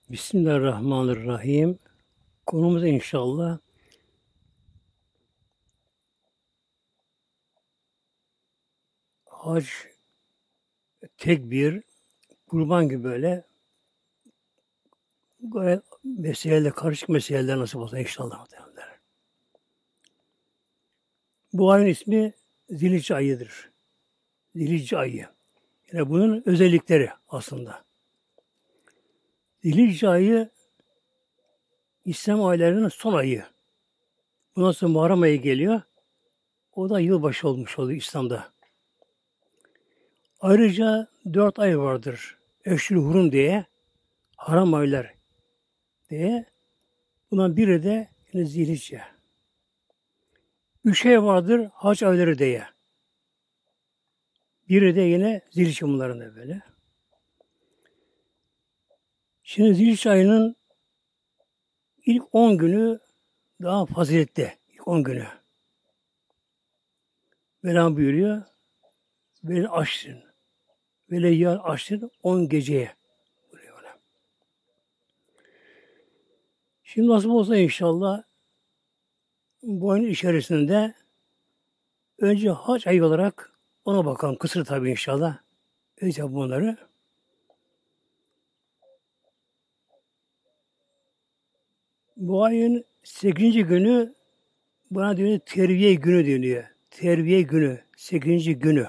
Bismillahirrahmanirrahim. Konumuz inşallah hac, tekbir, kurban gibi böyle gayet meseleler, karışık meseleler nasip olsa inşallah. Muhtemelenler. Bu ayın ismi Zilhicce ayıdır. Zilhicce ayı. Yani bunun özellikleri aslında. Zilhicce ayı İslam aylarının son ayı. Bundan sonra Muharrem ayı geliyor. O da yılbaşı olmuş oluyor İslam'da. Ayrıca 4 ay vardır. Eşhur Hurum diye, haram aylar diye. Bundan biri de yine Zilhicce. 3 ay vardır hac ayları diye. Biri de yine Zilhicce bunların böyle. Şimdi Zilhicce ayının ilk 10 günü daha faziletli. İlk 10 günü. Mevlam buyuruyor. Veli açtın. Veli yar açtın 10 geceye. Buyuruyor öyle. Şimdi nasıl olsa inşallah bu ayın içerisinde önce hac ayı olarak ona bakalım. Kısır tabii inşallah. Önce bunları. Bu ayın 8. günü buna deniyor terviye günü deniyor. Terviye günü, 8. günü.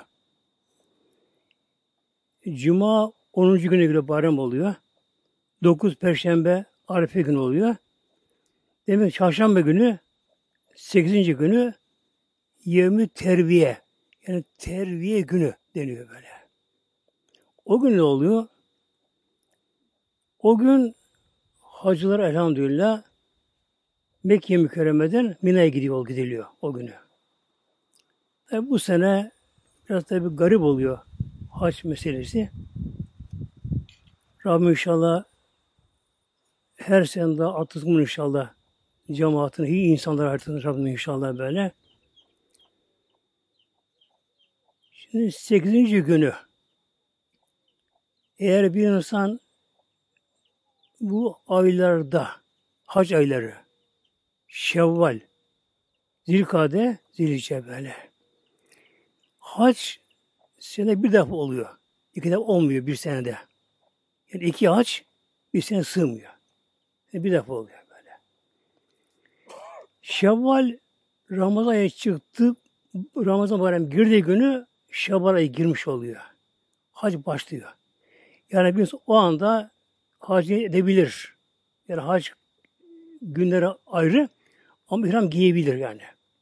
Cuma 10. güne göre bayram oluyor. 9 Perşembe Arife günü oluyor. Demek çarşamba günü 8. günü yevmi terviye. Yani terviye günü deniyor böyle. O gün ne oluyor? O gün hacılar elhamdülillah Mekke mükerremeden Mina'ya gidiliyor o günü. Tabi bu sene biraz tabi garip oluyor hac meselesi. Rabbim inşallah her sene daha artırsın inşallah cemaatini, iyi insanlar artırsın Rabbim inşallah böyle. Şimdi 8. günü eğer bir insan bu aylarda hac ayları Şevval, Zilkade, Zilhicce böyle. Hac sene bir defa oluyor. İki defa olmuyor bir senede. Yani iki hac bir sene sığmıyor. Bir defa oluyor böyle. Şevval Ramazan ayı çıktı. Ramazan bayramı girdiği günü Şevval ayı girmiş oluyor. Hac başlıyor. Yani biz o anda hac edebilir. Yani hac günleri ayrı ama ihram giyebilir yani.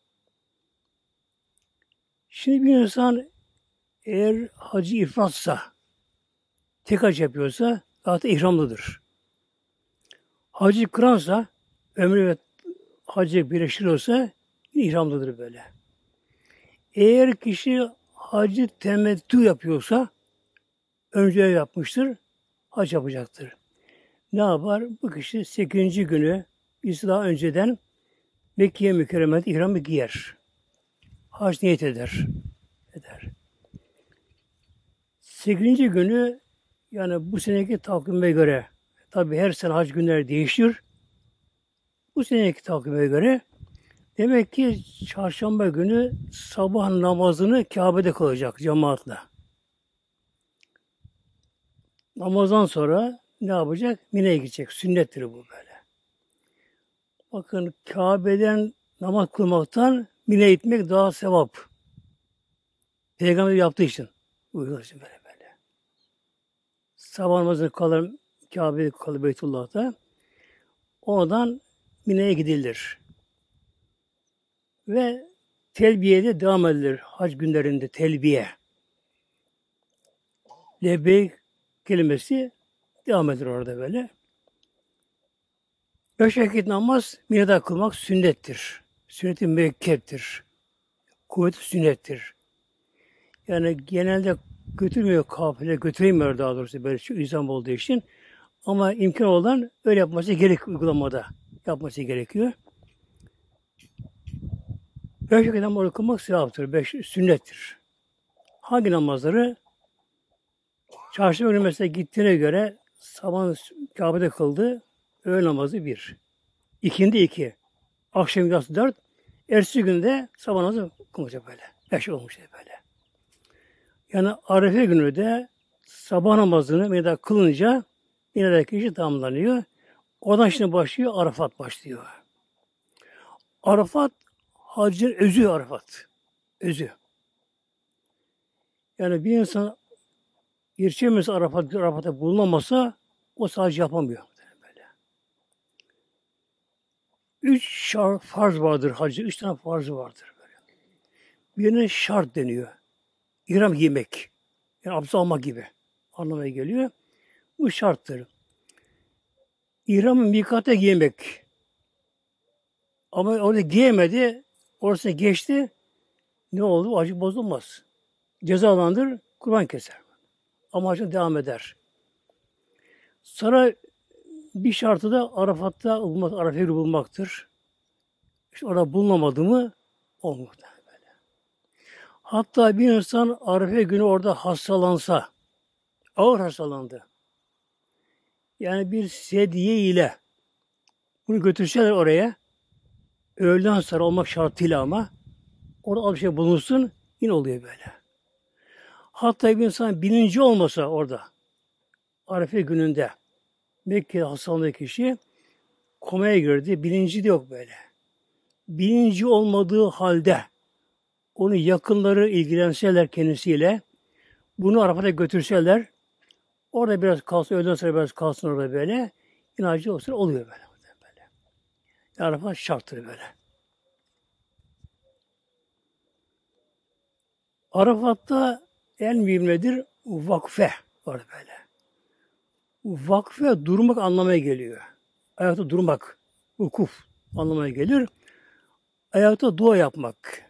Şimdi bir insan eğer hacı ifratsa, tek hac yapıyorsa zaten ihramlıdır. Hacı kıransa, ömrü ve hacı birleştiriyorsa yine ihramlıdır böyle. Eğer kişi hacı temettü yapıyorsa, önce yapmıştır, hac yapacaktır. Ne yapar? Bu kişi 8. günü biz daha önceden Mekke'ye mükerremede ihramı giyer. Hac niyet eder. 8. günü yani bu seneki takvime göre tabi her sene hac günleri değişir. Bu seneki takvime göre demek ki çarşamba günü sabah namazını Kabe'de kılacak cemaatle. Namazdan sonra ne yapacak? Mine'ye gidecek. Sünnettir bu böyle. Bakın Kabe'den namaz kılmaktan Mine'ye gitmek daha sevap. Peygamber yaptığı için. Buyuruyor için böyle. Sabah namazını kalır Kabe'de kalır Beytullah'ta. Oradan Mine'ye gidilir. Ve telbiyede devam edilir. Hac günlerinde telbiye. Lebbeyk kelimesi devam edilir orada böyle. 5 vakit namaz Mine'de kılmak sünnettir. Sünnet-i müekkettir. Kuvvet-i sünnettir. Yani genelde götürmüyor kafile, götüremiyor daha doğrusu böyle şu insan olduğu için. Ama imkan olan öyle yapması gerek uygulamada. Yapması gerekiyor. 5 vakit namaz kılmak sevaptır. Sünnettir. Hangi namazları? Çarşamba günü mesela gittiğine göre Sabah Kabe'de kıldı. Öğle namazı bir. İkindi iki. Akşam yatsı dört. Ertesi günde sabah namazı kılacak böyle. Beş olmuş böyle. Yani Arefe günü de sabah namazını Medine kılınca yine de kişi tamamlanıyor. Oradan şimdi başlıyor, Arafat başlıyor. Arafat, haccın özü Arafat. Özü. Yani bir insan yetişemez Arafat'ta bulunamasa o sadece yapamıyor. Böyle. Farz vardır hacı. Üç tane farzı vardır. Böyle. Birine şart deniyor. İhram giymek. Yani abdest almak gibi anlamaya geliyor. Bu şarttır. İhramı mikate giymek. Ama orada giyemedi. Orası geçti. Ne oldu? Acı bozulmaz. Cezalandır, kurban keser. Ama acı devam eder. Sonra bir şartı da Arafat'ta bulmak, Arafa'yı bulmaktır. İşte orada bulunamadı mı olmuyor. Böyle. Hatta bir insan Arafa günü orada hastalansa, ağır hastalandı. Yani bir sedye ile bunu götürseler oraya, öğleden sonra olmak şartıyla ama orada bir şey bulunsun, yine oluyor böyle. Hatta bir insan bilinci olmasa orada, Arife gününde, Mekke'de hastalanan kişi komaya girdi, bilinci de yok böyle. Bilinci olmadığı halde onun yakınları ilgilenseler kendisiyle, bunu Arafat'a götürseler, orada biraz kalsın, öğleden sonra biraz kalsın orada böyle, inancı o sıra oluyor böyle. Arafat şarttır böyle. Arafat'ta en mühim nedir? Vakfe var böyle. Vakfe durmak anlamaya geliyor. Ayakta durmak, vukuf anlamaya gelir. Ayakta dua yapmak.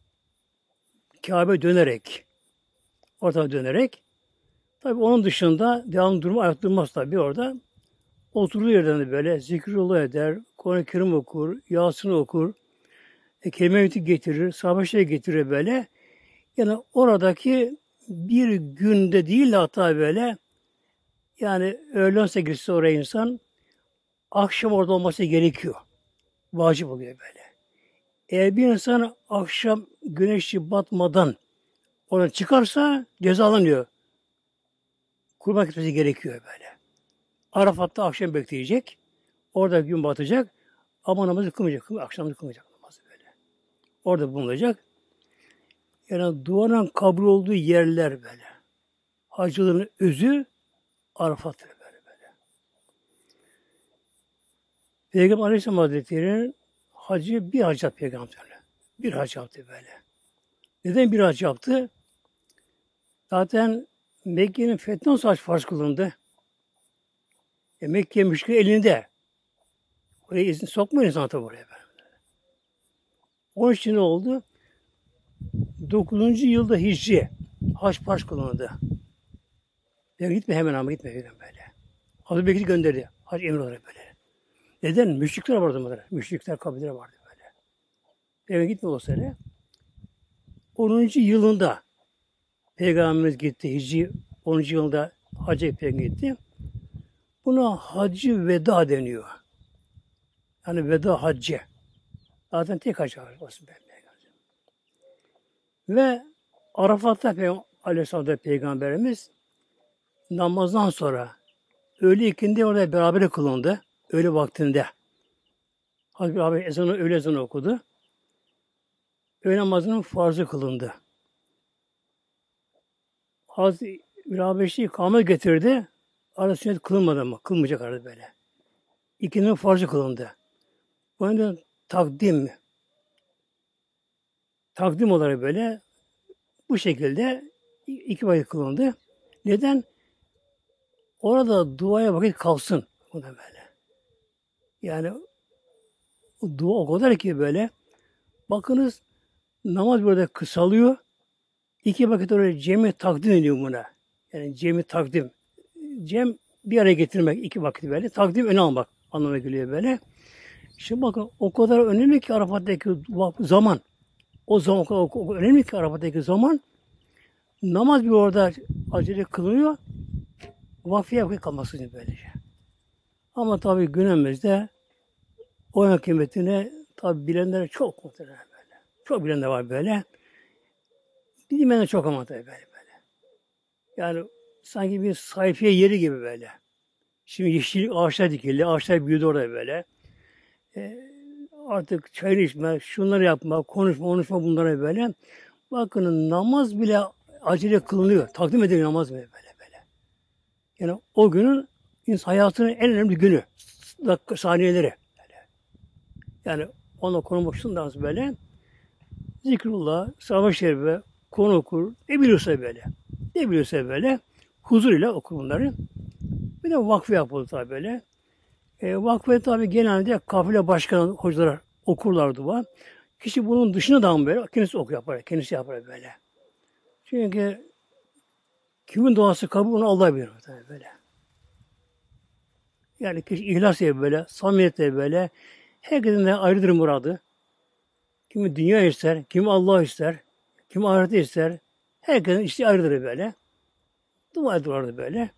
Kabe dönerek, ortaya dönerek. Tabii onun dışında devam durma, ayakta durmaz tabii orada. Oturduğu yerden de böyle zikrullah eder, Kur'an-ı Kerim okur, Yasin okur, kelime-i getirir, sahabe getirir böyle. Yani oradaki bir günde değil de hatta böyle yani öğlen girse oraya insan akşam orada olması gerekiyor. Vacip oluyor böyle. Eğer bir insan akşam güneşi batmadan oradan çıkarsa cezalanıyor. Kurban kesmesi gerekiyor böyle. Arafat'ta akşam bekleyecek. Orada gün batacak. Ama namazı kılmayacak. Akşam kılmayacak namazı böyle. Orada bulunacak. Yani duanın kabul olduğu yerler böyle. Hacıların özü Arafat'tır böyle. Peygamber Aleyhisselam Hazretleri'nin hacı bir hac yaptı Peygamber'le. Bir hac yaptı böyle. Neden bir hac yaptı? Zaten Mekke'nin fethinden sonra hac farz kılındı. Mekke müşkül elinde. Oraya izin sokmuyor insan tabi oraya. Onun için ne oldu? 9. yılda Hicri hac farz kılındı. Ya gitme hemen ama gitme böyle. Hazreti Bekir gönderdi. Hac emri olarak böyle. Neden? Müşrikler vardı bunlar. Müşrikler kabileleri vardı böyle. Eve gitme o sene. 10. yılında Peygamberimiz gitti. Hicri 10. yılında hacca gitti. Buna hacı veda deniyor. Yani veda haccı. Zaten tek hac var. Ve Arafat'ta Aleyhisselatü Peygamberimiz namazdan sonra öğle ikindi orada beraber kılındı. Öğle vaktinde. Hazreti abi öğle ezanı okudu. Öğle namazının farzı kılındı. Hazreti Habeşi kâhmet getirdi. Arada sünnet kılınmadı ama. Kılmayacak arada böyle. İkindinin farzı kılındı. Bu yüzden takdim olarak böyle bu şekilde iki vakit kılındı. Neden? Orada duaya vakit kalsın. Bu da böyle. Yani dua o kadar ki böyle. Bakınız namaz burada kısalıyor. İki vakit oraya cemi takdim ediyor buna. Yani cemi takdim. Cem bir araya getirmek iki vakit böyle. Takdim öne almak anlamına geliyor böyle. Şimdi bakın o kadar önemli ki Arafat'taki zaman. O zaman o kadar önemli ki Arafat'taki zaman. Namaz bir orada acele kılınıyor. Vakfiye kalması için böylece. Ama tabii günümüzde o kıymetini tabii bilenler çok muhtemelen böyle. Çok bilenler var böyle. Bilmeyenler çok ama tabii böyle. Yani sanki bir sayfiye yeri gibi böyle. Şimdi yeşil ağaçlar dikildi. Ağaçlar büyüdü orada böyle. E, Artık çay içme, şunları yapma, konuşma bunlara böyle. Bakın namaz bile acele kılınıyor. Takdim ediliyor namaz bile böyle. Yani o günün insan hayatının en önemli günü. Dakika, saniyeleri. Yani ona konu başında böyle. Zikrullah, savaş şerife, konu okur. Ne biliyorsa böyle. Ne biliyorsa böyle. Huzur ile okur bunları. Bir de vakfı yapıldı tabi böyle. Vakfı tabi genelde kafile başkanı hocalar okurlar dua. Kişi bunun dışına da böyle kendisi okuyor yapar. Kendisi yapar böyle. Çünkü kimin duası kabul onu Allah bilir tabi böyle. Yani kişi ihlas yapıyor böyle, samimiyetle böyle. Herkesin de ayrıdır muradı. Kimi dünya ister, kimi Allah ister, kimi ahireti ister. Herkesin işte ayrıdır böyle. Dua ediyorlardı böyle.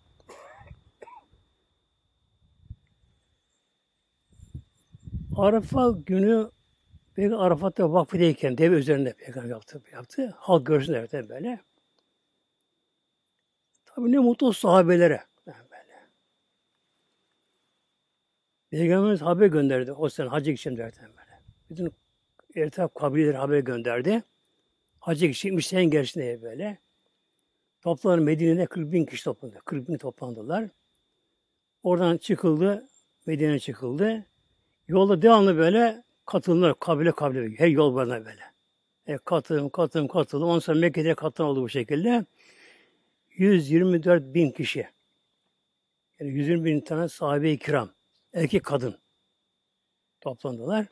Arafa günü Peygamber Arafat'ta vakfedeyken deve üzerinde Peygamber yaptı. Halk görsün evet böyle. Tabii ne mutlu sahabelere. Yani böyle. Peygamberimiz haber gönderdi. O sene hacı için derken böyle. Bütün etraf kabileleri haber gönderdi. Hacı kişi Müslüman gelsin diye böyle. Toplanır Medine'de 40 bin kişi toplandı. 40 bin toplandılar. Oradan çıkıldı. Medine'ye çıkıldı. Yolda devamlı böyle katılımlar, kabile. Her yol bana böyle. Katılım. Ondan sonra Mekke'de katılım oldu bu şekilde. 124 bin kişi. Yani 120 bin tane sahabe-i kiram. Erkek kadın toplandılar.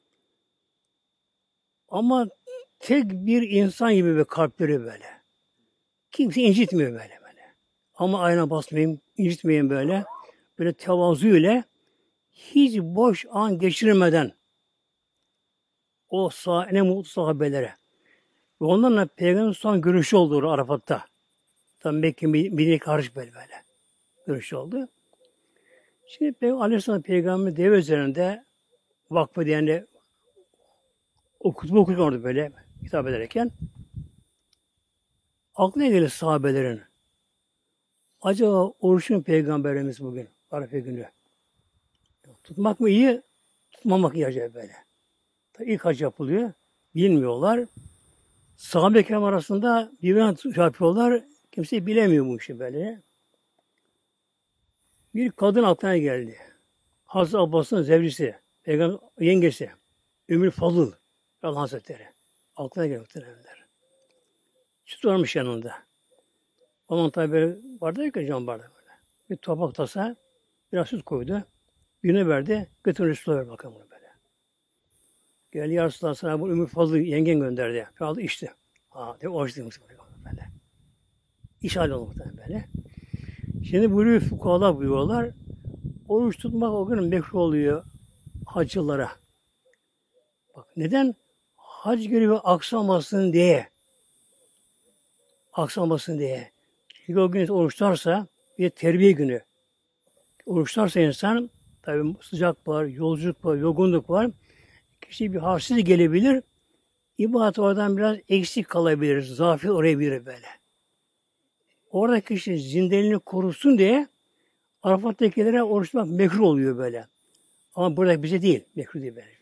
Ama tek bir insan gibi bir kalpleri böyle. Kimse incitmiyor böyle. Ama ayna basmayayım, incitmeyin böyle. Böyle tevazu ile hiç boş an geçirmeden ne mutlu sahabelere. Ve onlarla Peygamber'in son görüşü oldu Arafat'ta. Tam Mekke Medine'ye karşı böyle görüşü oldu. Şimdi Peygamber Aleyhisselam Peygamber deve üzerinde vakfı yani okurken orada böyle hitap ederken aklına gelir sahabelerin. Acaba oruçun Peygamberimiz bugün Arife günü. Tutmak mı iyi, tutmamak iyi acaba böyle. Tabii ilk hac yapılıyor. Bilmiyorlar. Sahabe-i kiram arasında birbirine şey yapıyorlar. Kimse bilemiyor bu işi böyle. Bir kadın aklına geldi. Hazreti Abbas'ın zevcisi, Peygamber yengesi, Ümmül Fadıl Allah Hazretleri. Aklına geldi muhtemelenler. Süt varmış yanında. Onun tabi böyle bardağı yok ya cam bardağı böyle. Bir tabak tasa biraz süt koydu. Birine verdi. Götürün Resulü'ne ver bakalım bunu böyle. Geldi ya Resulallah sana bu Ümmül Fadıl yengen gönderdi. Aldı içti. Ha, de oruç demiş böyle. İş hali oldu muhtemelen böyle. Şimdi buyuruyor fukahalar buyuruyorlar. Oruç tutmak o gün mekruh oluyor hacılara. Bak neden? Hac görevi aksamasın diye. Aksamasın diye. Çünkü o gün oruç tutarsa bir terbiye günü. Oruç tutarsa insan tabi sıcak var, yolculuk var, yorgunluk var. Kişi bir halsizlik gelebilir. İbadet oradan biraz eksik kalabilir. Zafiyet oraya bir böyle. Orada kişi zindeliğini korusun diye Arafat'takilere oruç tutmak mekruh oluyor böyle. Ama burada bize değil. Mekruh değil böyle.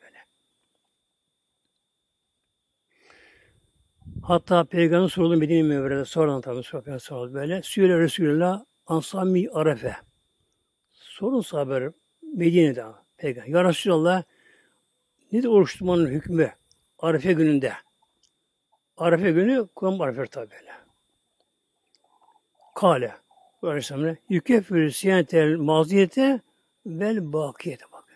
Hatta Peygamber soruldu Medine-i Münevvere'de sonradan tabi soruldu böyle. Süyle Resulullah ansami arefe. Sorun sahabeler Medine'de Peygamber. Ya Resulallah nedir oruç tutmanın hükmü? Arefe gününde. Arefe günü Kur'an Arefe tabi böyle. Kale. Bu Aleyhisselam'la yükeffürü siyanetel maziyete vel bakiyete bak.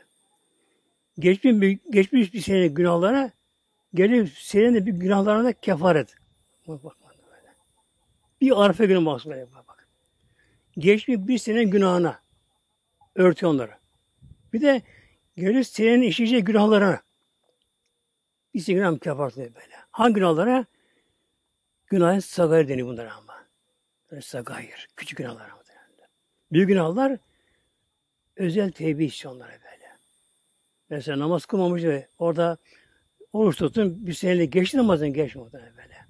Geçmiş bir senenin günahlara gelip senin de bir günahlarına da kefaret. Bak. Bir Arefe günü mahsus böyle bak. Geçmiş bir senenin günahına örtüyor onları. Bir de gelip senin işleyeceği günahlara bir günah kefaret böyle. Hangi günahlara? Günahın sagayr deniyor bunlara ama. Böyle sagayr. Küçük günahlar ama. Büyük günahlar özel tevbe istiyor onlara böyle. Mesela namaz kılmamış ve orada oruç tutun bir senelik geçti namazın geçmedi böyle.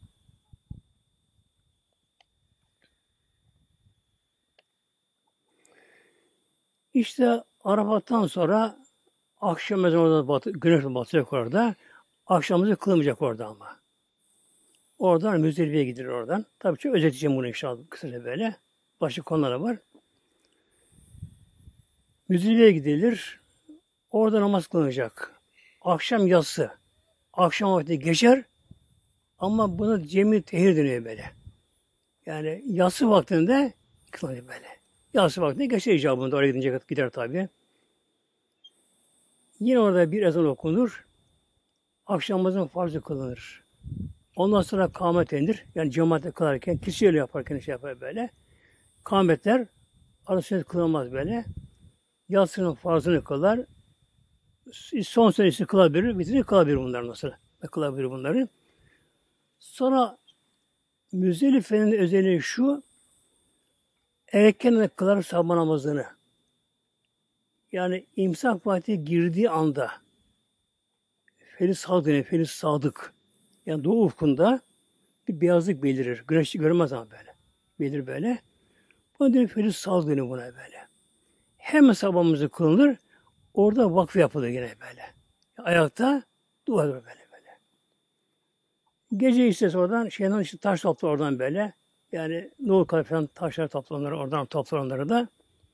İşte Arafat'tan sonra akşam ezanı orada güneş batacak orada. Akşamımızı kılmayacak orada ama. Oradan Müzdelifele'ye gidilir oradan. Tabii çok özetleyeceğim bunu inşallah kısaca böyle. Başka konuları var. Müzdelifele'ye gidilir. Orada namaz kılınacak. Akşam yatsı. Akşam vakti geçer ama buna cemi tehir deniyor böyle. Yani yatsı vaktinde kılınıyor böyle. Yatsı vaktinde geçer icabında oraya gidince gider tabii. Yine orada bir ezan okunur. Akşam namazın farzı kılınır. Ondan sonra kâhmet edilir. Yani cemaatle kılarken, kişiyle yaparken şey yapar böyle. Kâhmetler arasında kılınmaz böyle. Yatsının farzını kılar. Son senesini kılabilir, bitirir kılabilir bunlar nasıl? Kılabilir bunları. Sonra Müzdelife'nin özelliği şu, erken de kılar sabah namazını. Yani imsak vakti girdiği anda Feris Sadık, Feris Sadık. Yani doğu ufkunda bir beyazlık belirir. Güneş görmez ama böyle. Belir böyle. Bu diyor Feris Sadık deniyor buna böyle. Hemen sabahımızı kılınır. Orada vakfı yapılır yine böyle. Ayakta dua ediyor böyle. Gece işte oradan şeyden işte taş toplar oradan böyle. Yani nohut kadar falan taşlar toplanır oradan toplar onları da.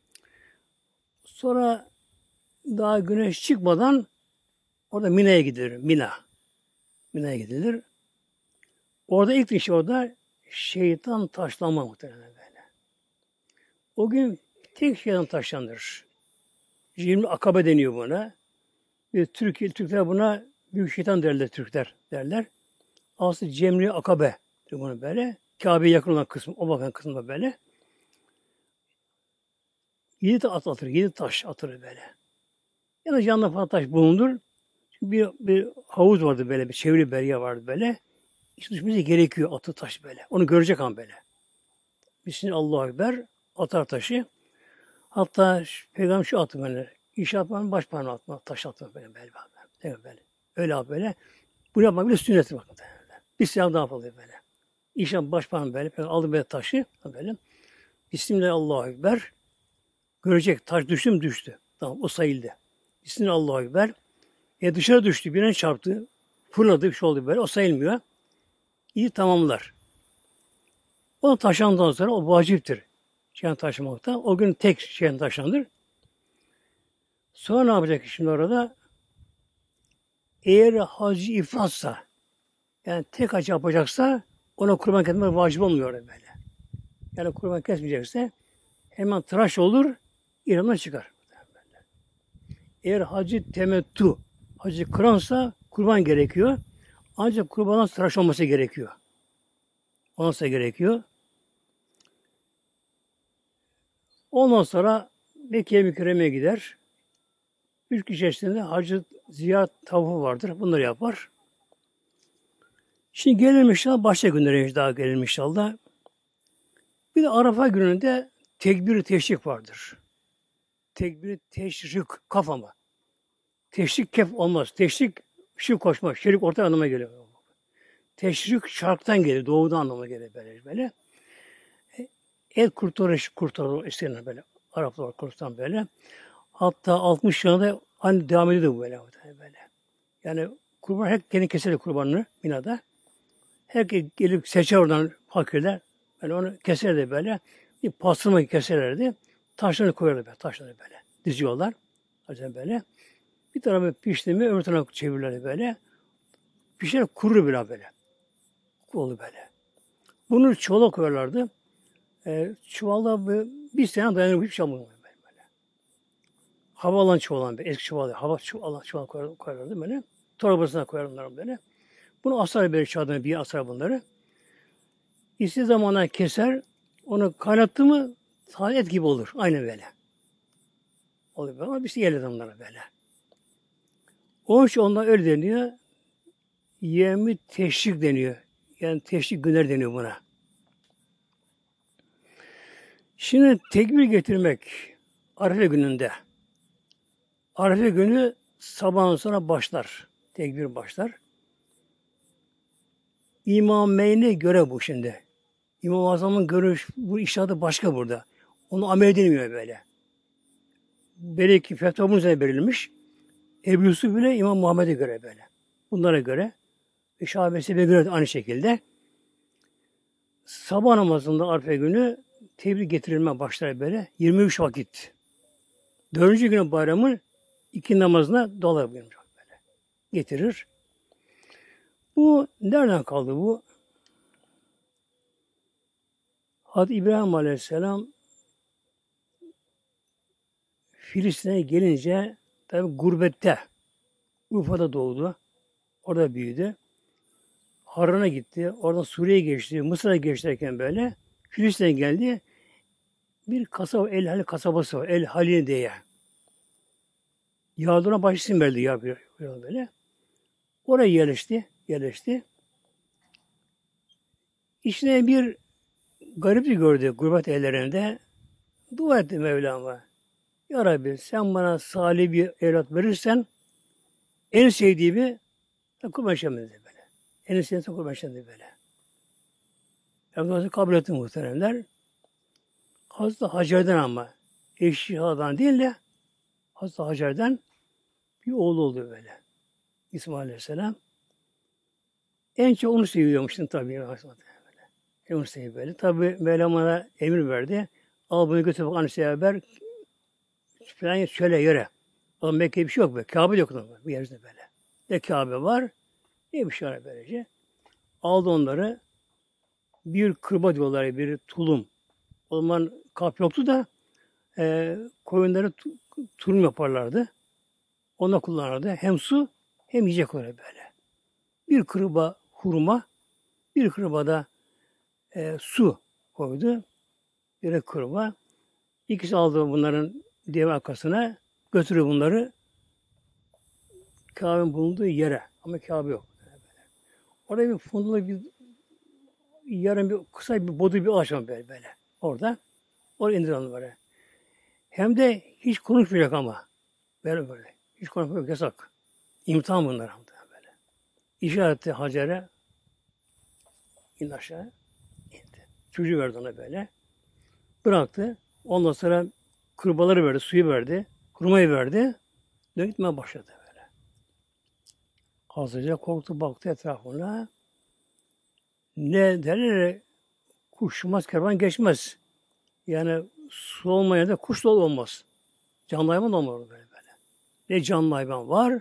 Sonra daha güneş çıkmadan orada Mina'ya gidilir. Mina'ya gidilir. Orada ilk iş orada şeytan taşlanma muhtemelen böyle. O gün tek şeytan taşlanır. Cimri akabe deniyor buna. Türkler buna büyük şeytan derler Türkler derler. Aslında Cemri Akabe bunu böyle. Kabe'ye yakın olan kısmı, o bakan kısmı böyle. 7 at atır, 7 taş atır böyle. Ya da yanında falan taş bulundur. Çünkü bir havuz vardı böyle, bir çevre beriye vardı böyle. İç düşmesi gerekiyor atı taş böyle. Onu görecek an böyle. Bismillah Allahu Ekber atar taşı. Hatta Peygamber şu atı böyle. İş yapmanın baş parmağı atma, taş atma böyle. Öyle abi böyle. Bu yapmak bile sünnettir bakın. Bir silah daha fazla böyle. İşte baş parmağı böyle. Aldı böyle taşı böyle. Bismillah Allahu Ekber. Görecek. Taş düştü mü? Düştü. Tamam o sayıldı. Bismillah Allahu Ekber. Dışarı düştü. Birine çarptı. Fırladı. Bir şey oldu böyle. O sayılmıyor. İyi tamamlar. O taşandan sonra o vaciptir. Şeyden taşımakta. O gün tek şeyden taşlanır. Sonra ne yapacak şimdi orada? Eğer hacı ifratsa yani tek hac yapacaksa ona kurban kesmek vacip olmuyor böyle. Yani kurban kesmeyecekse hemen tıraş olur, İran'dan çıkar. Eğer hacı temettü, hacı kıransa kurban gerekiyor. Ancak kurbanın tıraş olması gerekiyor. Olması gerekiyor. Ondan sonra Mekke'ye Mükerreme'ye gider. 3 kişi içerisinde hacı ziyaret tavafı vardır. Bunları yapar. Şimdi gelelim inşallah başka günlere daha gelelim inşallah. Bir de Arafa gününde tekbir-i teşrik vardır. Tekbir-i teşrik kafama. Teşrik kef olmaz. Teşrik şirk koşma. Şirk orta anlamına geliyor. Teşrik şarktan geliyor. Doğudan anlamına geliyor böyle. Et kurtarır isteyenler böyle. Araplar kurtaran böyle. Hatta 60 yılında aynı devam ediyor böyle. Yani kurban kendi keserdi kurbanını Mina'da. Herkes gelip seçer oradan fakirler. Yani onu keserdi böyle. Bir pastırma keserlerdi. Taşlarını koyardı böyle. Taşlarını böyle. Diziyorlar. Taşlarını böyle. Bir tarafı pişti mi öbür tarafı çevirirlerdi böyle. Pişer kurur böyle. Oldu böyle. Bunu çuvala koyarlardı. Çuvalda bir sene dayanır hiçbir şey olmuyor böyle. Hava alan çuval eski çuval, hava çuval koyarlardı böyle. Torbasına koyarlar böyle. Bunu asar böyle çağdan bir asar bunları. İstediği zamana keser, onu kaynattı mı sade et gibi olur. Aynı böyle. Oluyor böyle. Ama bir şey gelir onlara böyle. Onun için onlar öyle deniyor. Yemi teşrik deniyor. Yani teşrik günler deniyor buna. Şimdi tekbir getirmek Arefe gününde. Arefe günü sabahın sonra başlar. Tekbir başlar. İmameyne göre bu şimdi. İmam-ı Azam'ın görüş, bu işaretı başka burada. Onu amel edilmiyor böyle. Belki fetva bunun üzerine verilmiş. Ebu Yusuf bile İmam Muhammed'e göre böyle. Bunlara göre. Ve Şahabesi'ne göre de aynı şekilde. Sabah namazında Arife günü tebrik getirilme başlar böyle. 23 vakit. Dördüncü günü bayramın iki namazına dolar böyle getirir. Bu nereden kaldı bu? Hazreti İbrahim Aleyhisselam Filistin'e gelince tabi gurbette Urfa'da doğdu. Orada büyüdü. Harran'a gitti. Oradan Suriye'ye geçti. Mısır'a geçerken böyle Filistin'e geldi. Bir kasaba, El Halil kasabası var. El Halil diye. Yardımına baş isim verdi ya böyle. Oraya yerleşti. İçine bir gariplik gördü gurbet ellerinde. Dua etti Mevlam'a. Ya Rabbi sen bana salih bir evlat verirsen en sevdiğimi kurban dedi böyle. En sevdiğimi kurban dedi böyle. Rabbim kabul etti muhteremler. Hazreti Hacer'den ama Eşşiha'dan değil de Hazreti Hacer'den bir oğlu oldu böyle. İsmail Aleyhisselam. En çok onu seviyormuşsun tabii. Onu seviyor böyle. Tabii Mevlam ona emir verdi. Al bunu götür bak annesiyle beraber falan şöyle yere. O Mekke'de bir şey yok be. Kabe yok bu yerde böyle. Ne Kabe var ne bir şey var böylece. Aldı onları bir kırba diyorlar bir tulum. O zaman kap yoktu da koyunları tulum yaparlardı. Ona kullanırdı. Hem su hem yiyecek öyle böyle. Bir kırba hurma, bir kırba da su koydu. Bir kırba. İkisi aldı bunların deve arkasına götürüyor bunları Kabe'nin bulunduğu yere. Ama Kabe yok. Orada bir fundulu bir yarın bir kısa bir bodu bir ağaç var böyle. Orada. Oraya indiriyor onları. Hem de hiç konuşmayacak ama. Böyle. Hiç konuşmayacak yasak. İmtihan bunlar. Böyle. İşaretti Hacer'e indi aşağı. İndi. Çocuğu verdi ona böyle. Bıraktı. Ondan sonra kırbaları verdi, suyu verdi. Hurmayı verdi. Dön gitmeye başladı böyle. Hazırca korktu baktı etrafına. Ne derler? Kuşmaz kervan geçmez. Yani su olmayan da kuş da olmaz. Canlı hayvan da olmaz böyle. Ne canlı hayvan var,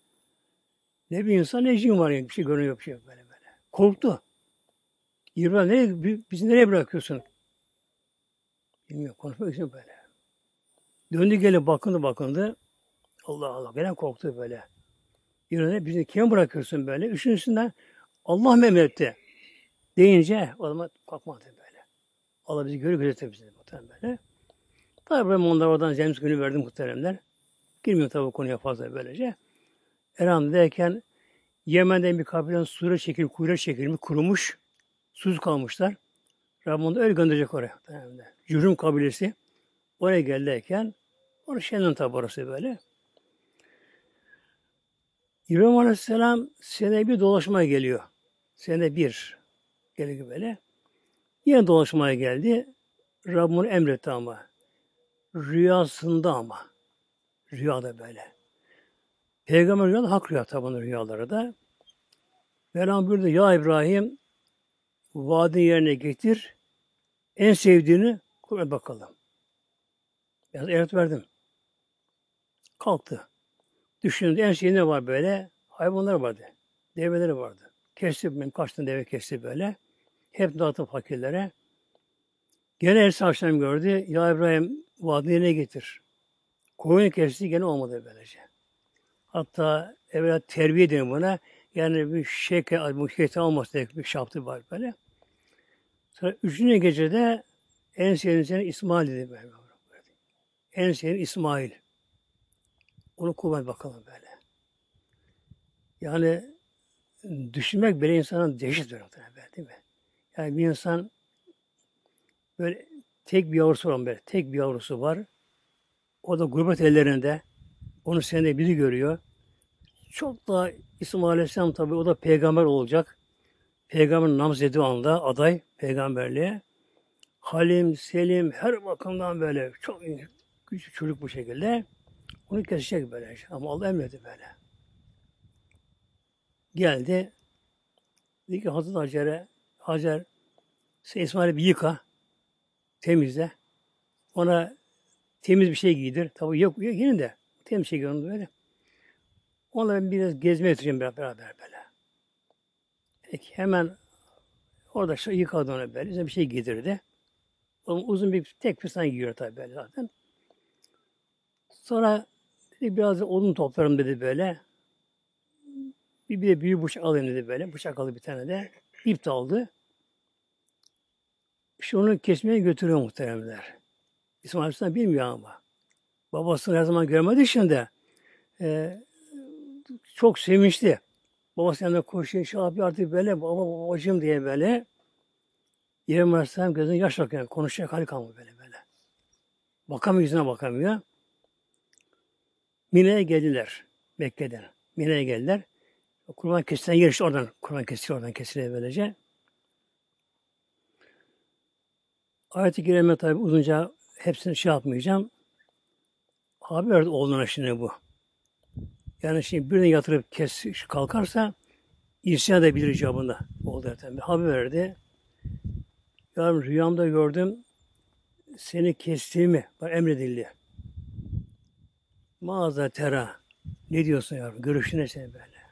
ne bir insan ne cin var yani. Bir şey görünüyor bir şey yok böyle. Korktu. İbrahim bizi nereye bırakıyorsun? Bilmiyorum konuşmak için böyle. Döndü gelip bakındı. Allah Allah gene korktu böyle. İbrahim bizi kime bırakıyorsun böyle? Üçüncüsünden Allah mı emretti? Deyince o zaman korkmadı böyle. Allah bizi gözetir bizi muhtemelen böyle. Tabi ben onlara oradan Cennet günü verdim muhteremler. Girmiyor tabi konuya fazla böylece. Elhamdülillah Yemen'den bir kabilenin suyla çekilip, kuyruğa çekilmiş, kurumuş. Susuz kalmışlar. Rabbim onu öyle gönderecek oraya. Cürhüm kabilesi oraya geldiğiken orası Şenlon tabi orası böyle. İbrahim Aleyhisselam sene bir dolaşmaya geliyor. Sene bir geliyor böyle. Yine dolaşmaya geldi. Rabbim onu emretti ama. Rüyasında ama. Rüyada böyle. Peygamber rüyada hak rüya tabi rüyaları da. Mevlam buyurdu ya İbrahim vaadin yerine getir. En sevdiğini kur bakalım. Biraz evet verdim. Kalktı. Düşündü en şey ne var böyle? Hayvanlar vardı. Develeri vardı. Kesti benim kaç tane deve kesti böyle. Hep dağıtıp fakirlere. Gene Ersa Akşam gördü. Ya İbrahim vaadini yerine getir. Koyunu kesti gene olmadı böylece. Hatta evvela terbiye deniyor buna. Yani bir bu şeytan olması diye bir şey yaptı var böyle. Sonra üçüncü gecede en sevdiğim İsmail dedi böyle. En sevdiğim İsmail. Onu kullan bakalım böyle. Yani düşünmek bile insanın dehşet veriyor değil mi? Yani bir insan böyle Tek bir yavrusu var böyle. Tek bir yavrusu var. O da gurbet ellerinde. Onu senede biri görüyor. Çok da İsmail Aleyhisselam tabi o da peygamber olacak. Peygamber namzedi o anda aday peygamberliğe. Halim, Selim her bakımdan böyle çok küçük çocuk bu şekilde. Onu kesecek böyle. Ama Allah emredi böyle. Geldi. Dedi ki Hazreti Hacer sen İsmail'i bir yıka. Temizle. Ona temiz bir şey giydir. Tabii yok yine de temiz şey giydir böyle. Onunla ben biraz gezmeye götüreceğim beraber böyle. Peki hemen orada yıkadı onu böyle. Üzerine bir şey giydirdi. Onun uzun bir tek bir tane giyiyor tabii böyle zaten. Sonra dedi biraz da odun toplarım dedi böyle. Bir de büyük bıçak alayım dedi böyle. Bıçak aldı bir tane de. İp de aldı. İşte onu kesmeye götürüyor muhteremler. İsmail Aleyhisselam bilmiyor ama. Babasını her zaman görmediği için de e, çok sevinçli. Babası yanına koşuyor, şey yapıyor artık böyle, babacığım diye böyle. İbrahim Aleyhisselam gözüne yaş akıyor. Konuşacak hali kalmıyor böyle. Bakamıyor, yüzüne bakamıyor. Mine'ye geldiler. Mekke'den. Mine'ye geldiler. Kurban kesilen yer işte oradan. Kurban kesiliyor, oradan kesiliyor böylece. Ayet-i Kerime tabi uzunca hepsini şey yapmayacağım. Haber verdi oğluna şimdi bu. Yani şimdi birine yatırıp kalkarsa isyan edebilir icabında. Oğlu derken bir haber verdi. Yarın rüyamda gördüm seni kestiğimi bana emredildi. Mağaza tera. Ne diyorsun yavrum? Görüşüne sen böyle.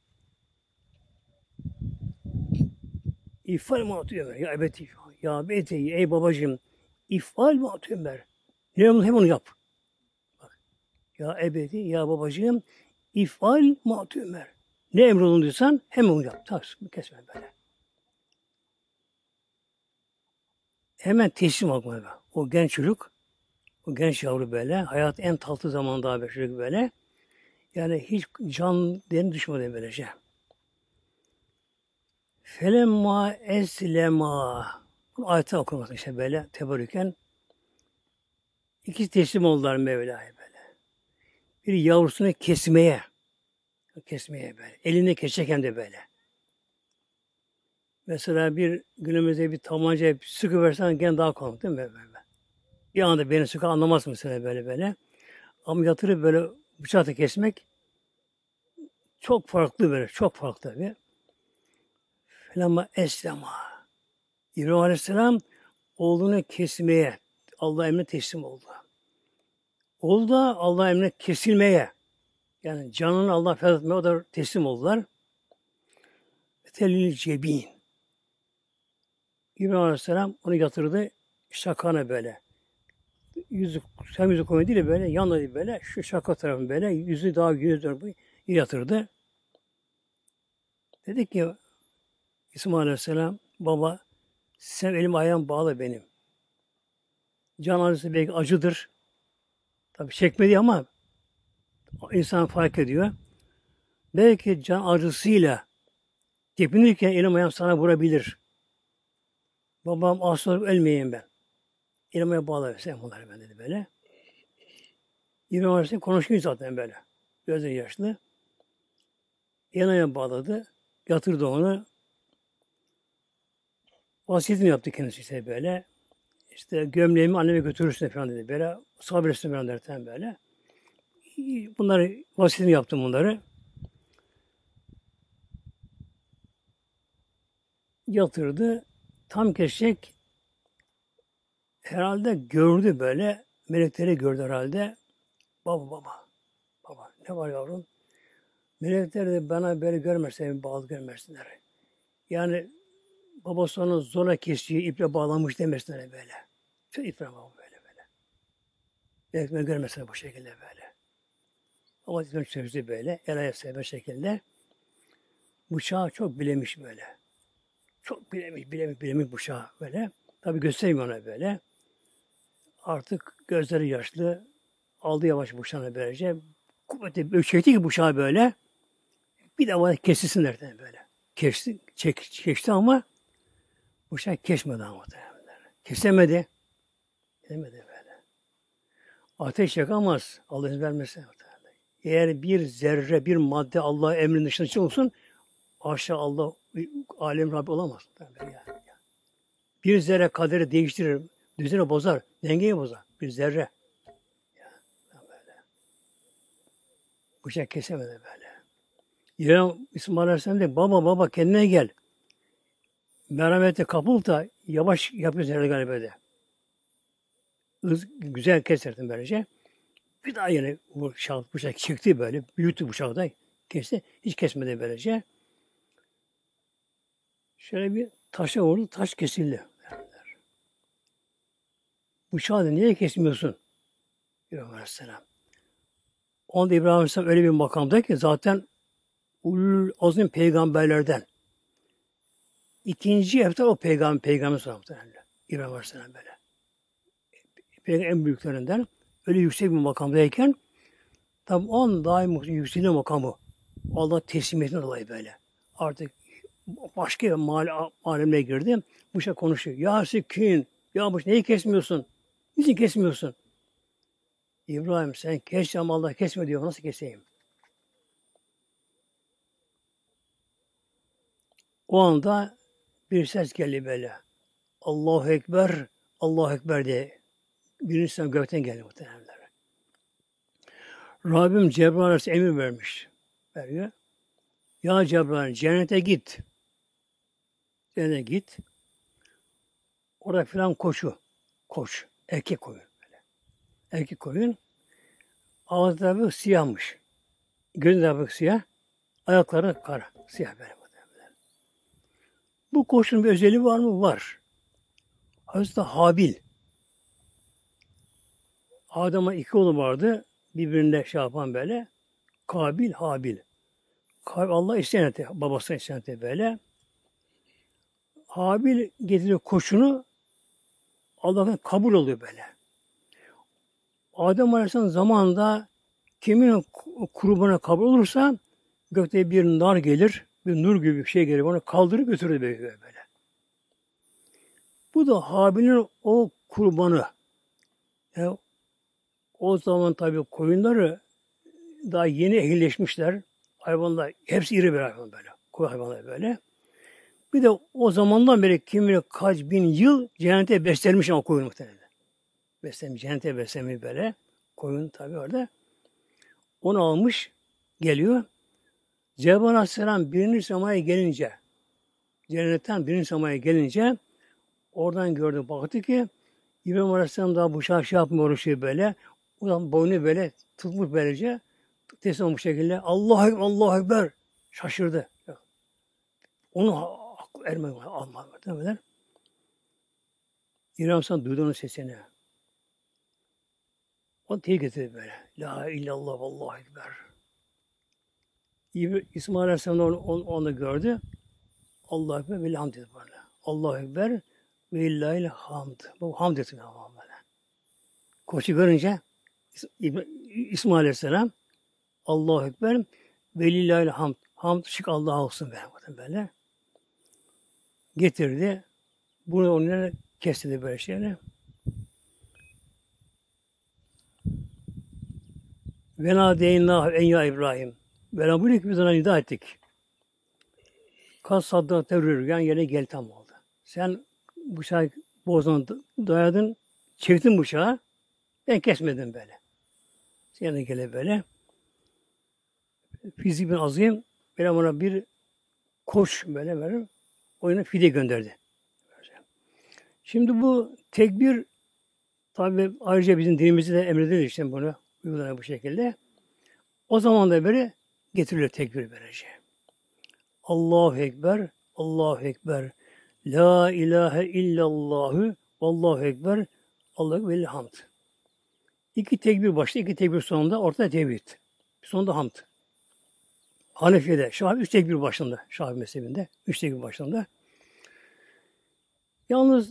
İfal mi atıyor ya ebeti? Ya ebeti ey babacığım ifal mi atıyor ben? Ne onu hem onu yap. Bak. Ya ebedi ya babacığım ifal mi atıyor ben? Ne emrolunduysan hem onu yap. Tabii kesme böyle. Hemen teslim olmak böyle. O genç çocuk, o genç yavru böyle, hayat en tatlı zamanda bir çocuk böyle. Yani hiç can deni düşmedi böylece. Felemma eslema. Bu ayeti okuması işte böyle tebarüken. İkisi teslim oldular Mevla'ya böyle. Bir yavrusunu kesmeye böyle. Elinde kesecek de böyle. Mesela bir günümüzde bir tabanca sıkıversen gene daha kolay değil mi böyle? Bir anda beni sıkı anlamaz mesela böyle. Ama yatırıp böyle bıçakla kesmek çok farklı böyle. Çok farklı tabii. Felemma eslema. İbrahim Aleyhisselam oğlunu kesmeye Allah emrine teslim oldu. Oğlu da Allah emrine kesilmeye yani canını Allah feda etmeye o da teslim oldular. Telil cebin. İbrahim Aleyhisselam onu yatırdı şakana böyle. Hem yüzü koydu değil böyle yanına değil böyle şu şaka tarafı böyle yüzü daha yüzü yatırdı. Dedi ki İsmail Aleyhisselam baba sen elim ayağım bağlı benim. Can acısı belki acıdır. Tabi çekmedi ama insan fark ediyor. Belki can acısıyla tepinirken elim ayağım sana vurabilir. Babam asla ölmeyeyim ben. Elim ayağım bağlı sen bunları ben dedi böyle. İbrahim Aleyhisselam konuşuyor zaten böyle. Gözleri yaşlı. Elim ayağım bağladı. Yatırdı onu. Vasiyetini yaptı kendisi işte böyle. İşte gömleğimi anneme götürürsün falan dedi böyle. Sabretsin falan derken böyle. Bunları vasiyetini yaptım bunları. Yatırdı. Tam kesecek. Herhalde gördü böyle. Melekleri gördü herhalde. Baba. Ne var yavrum? Melekler de bana böyle görmezler, bağlı görmesinler. Yani babası onu zorla kesiyor, iple bağlamış demesinler böyle. Çok iple bağlı böyle. Melekler görmesinler bu şekilde böyle. Ama İslam çözdü böyle. El ayak sever şekilde. Bıçağı çok bilemiş böyle. Çok bilemiş bıçağı böyle. Tabi göstermiyor ona böyle. Artık gözleri yaşlı. Aldı yavaş bıçağını böylece. Kuvvetli çekti ki bıçağı böyle. Bir de var kesilsin derken böyle. Geçti ama bıçak kesmedi ama. Kesemedi. Edemedi böyle. Ateş yakamaz. Allah izin vermezse. Eğer bir zerre, bir madde Allah'ın emrinin dışına çıkılsın, aşağı Allah alem Rabbi olamaz. Bir zerre kaderi değiştirir, düzeni bozar, dengeyi bozar. Bir zerre. Böyle. Bıçak kesemedi böyle. İbrahim İsmail Aleyhisselam dedi, baba kendine gel. Merhamete kapıl da yavaş yapıyorsun herhalde galiba de. Güzel keserdim böylece. Bir daha yine bıçak çıktı böyle. Büyüttü bıçağı da kesti. Hiç kesmedi böylece. Şöyle bir taşa vurdu. Taş kesildi. Bıçağı da niye kesmiyorsun? İbrahim Aleyhisselam. Onda İbrahim Aleyhisselam öyle bir makamda ki zaten ulul azim peygamberlerden. İkinci eftar o peygamber sonra muhtemelen. İbrahim Aleyhisselam böyle. Peygamber en büyüklerinden. Öyle yüksek bir makamdayken tabi on daim yükseliyor makamı. Allah teslimiyetin dolayı böyle. Artık başka bir alemine girdi. Bu şey konuşuyor. Ya Sikin, ya bu neyi kesmiyorsun? Niçin kesmiyorsun? İbrahim sen kes ama Allah kesme diyor. Nasıl keseyim? O anda bir ses geldi böyle. Allahu Ekber, Allahu Ekber diye. Birinci sen gökten geldi muhtemelen. Rabbim Cebrail Aleyhisselam emir vermiş. Veriyor. Ya Cebrail cennete git. Cennete git. Orada filan koş. Erkek koyun. Böyle. Erkek koyun. Ağzı tarafı siyahmış. Gözü tarafı siyah. Ayakları kara. Siyah böyle. Bu koşun bir özelliği var mı? Var. Hazreti Habil. Adam'a iki oğlu vardı. Birbirine şey yapan böyle. Kabil, Habil. Kabil Allah isyan etti. Babasına isyan etti böyle. Habil getiriyor koşunu. Allah'ın kabul oluyor böyle. Adem Aleyhisselam zamanında kimin kurbana kabul olursa gökte bir nar gelir, bir nur gibi bir şey gelir. Onu kaldırıp götürür böyle. Bu da Habil'in o kurbanı. Yani o zaman tabii koyunları daha yeni ehlileşmişler. Hayvanlar hepsi iri bir hayvan böyle. Koyu hayvanlar böyle. Bir de o zamandan beri kim bilir kaç bin yıl cennete beslenmiş o koyun muhtemelen. Beslenmiş, cennete beslenmiş böyle. Koyun tabii orada. Onu almış, geliyor. Cebrail Aleyhisselam birinci semaya gelince, cennetten birinci semaya gelince oradan gördü, baktı ki İbrahim Aleyhisselam daha bu şey yapmıyor şey böyle. O zaman boynu böyle tutmuş böylece. Teslim olmuş şekilde. Allahu Ekber. Şaşırdı. Onu ermedi. Almadı. Demeden. İbrahim Aleyhisselam duydu onun sesini. O teyit getirdi böyle. La illallah vallahu ekber. İsmail Aleyhisselam onu gördü. Allahu Ekber ve hamd dedi böyle. Allahu Ekber ve illahil hamd. Bu hamd etti böyle. Koçu görünce İsmail Aleyhisselam Allahu Ekber ve illahil hamd. Hamd şık Allah'a olsun böyle. Getirdi. Bunu onlara kesti böyle şeyler. Ve nâdeynâhu en ya İbrahim. Ve Rabbülik biz ona nida ettik. Kas saddan terörgen yerine gel tam oldu. Sen bıçağı boğazına dayadın, çektin bıçağı, ben kesmedim böyle. Sen gele böyle. Fizik bin azim, ben ona bir koş böyle oyuna fide gönderdi. Şimdi bu tekbir tabi ayrıca bizim dinimizde de emredilir işte bunu uygulanıyor bu şekilde. O zaman da böyle getiriliyor tekbir böylece. Allahu Ekber, Allahu Ekber. La ilahe illallahu, Allahu Ekber, Allahu ve hamd. İki tekbir başta, iki tekbir sonunda, ortada tevhid. Sonunda hamd. Hanefi'de, Şafii üç tekbir başında, Şafii mezhebinde, üç tekbir başında. Yalnız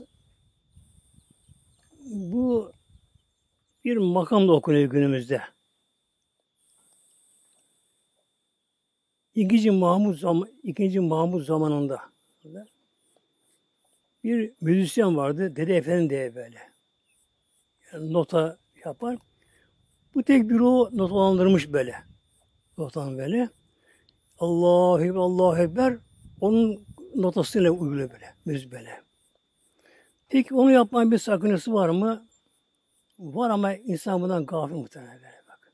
bu bir makamda okunuyor günümüzde. İkinci Mahmud zamanında bir müzisyen vardı, Dede Efendi diye böyle. nota yapar. Bu tek bir o notalandırmış böyle. Notadan böyle. Allahu Ekber, Allahu Ekber onun notasıyla uyguluyor böyle. Müzik böyle. Peki onu yapmanın bir sakıncası var mı? Var ama insan bundan gafil muhtemelen böyle bak.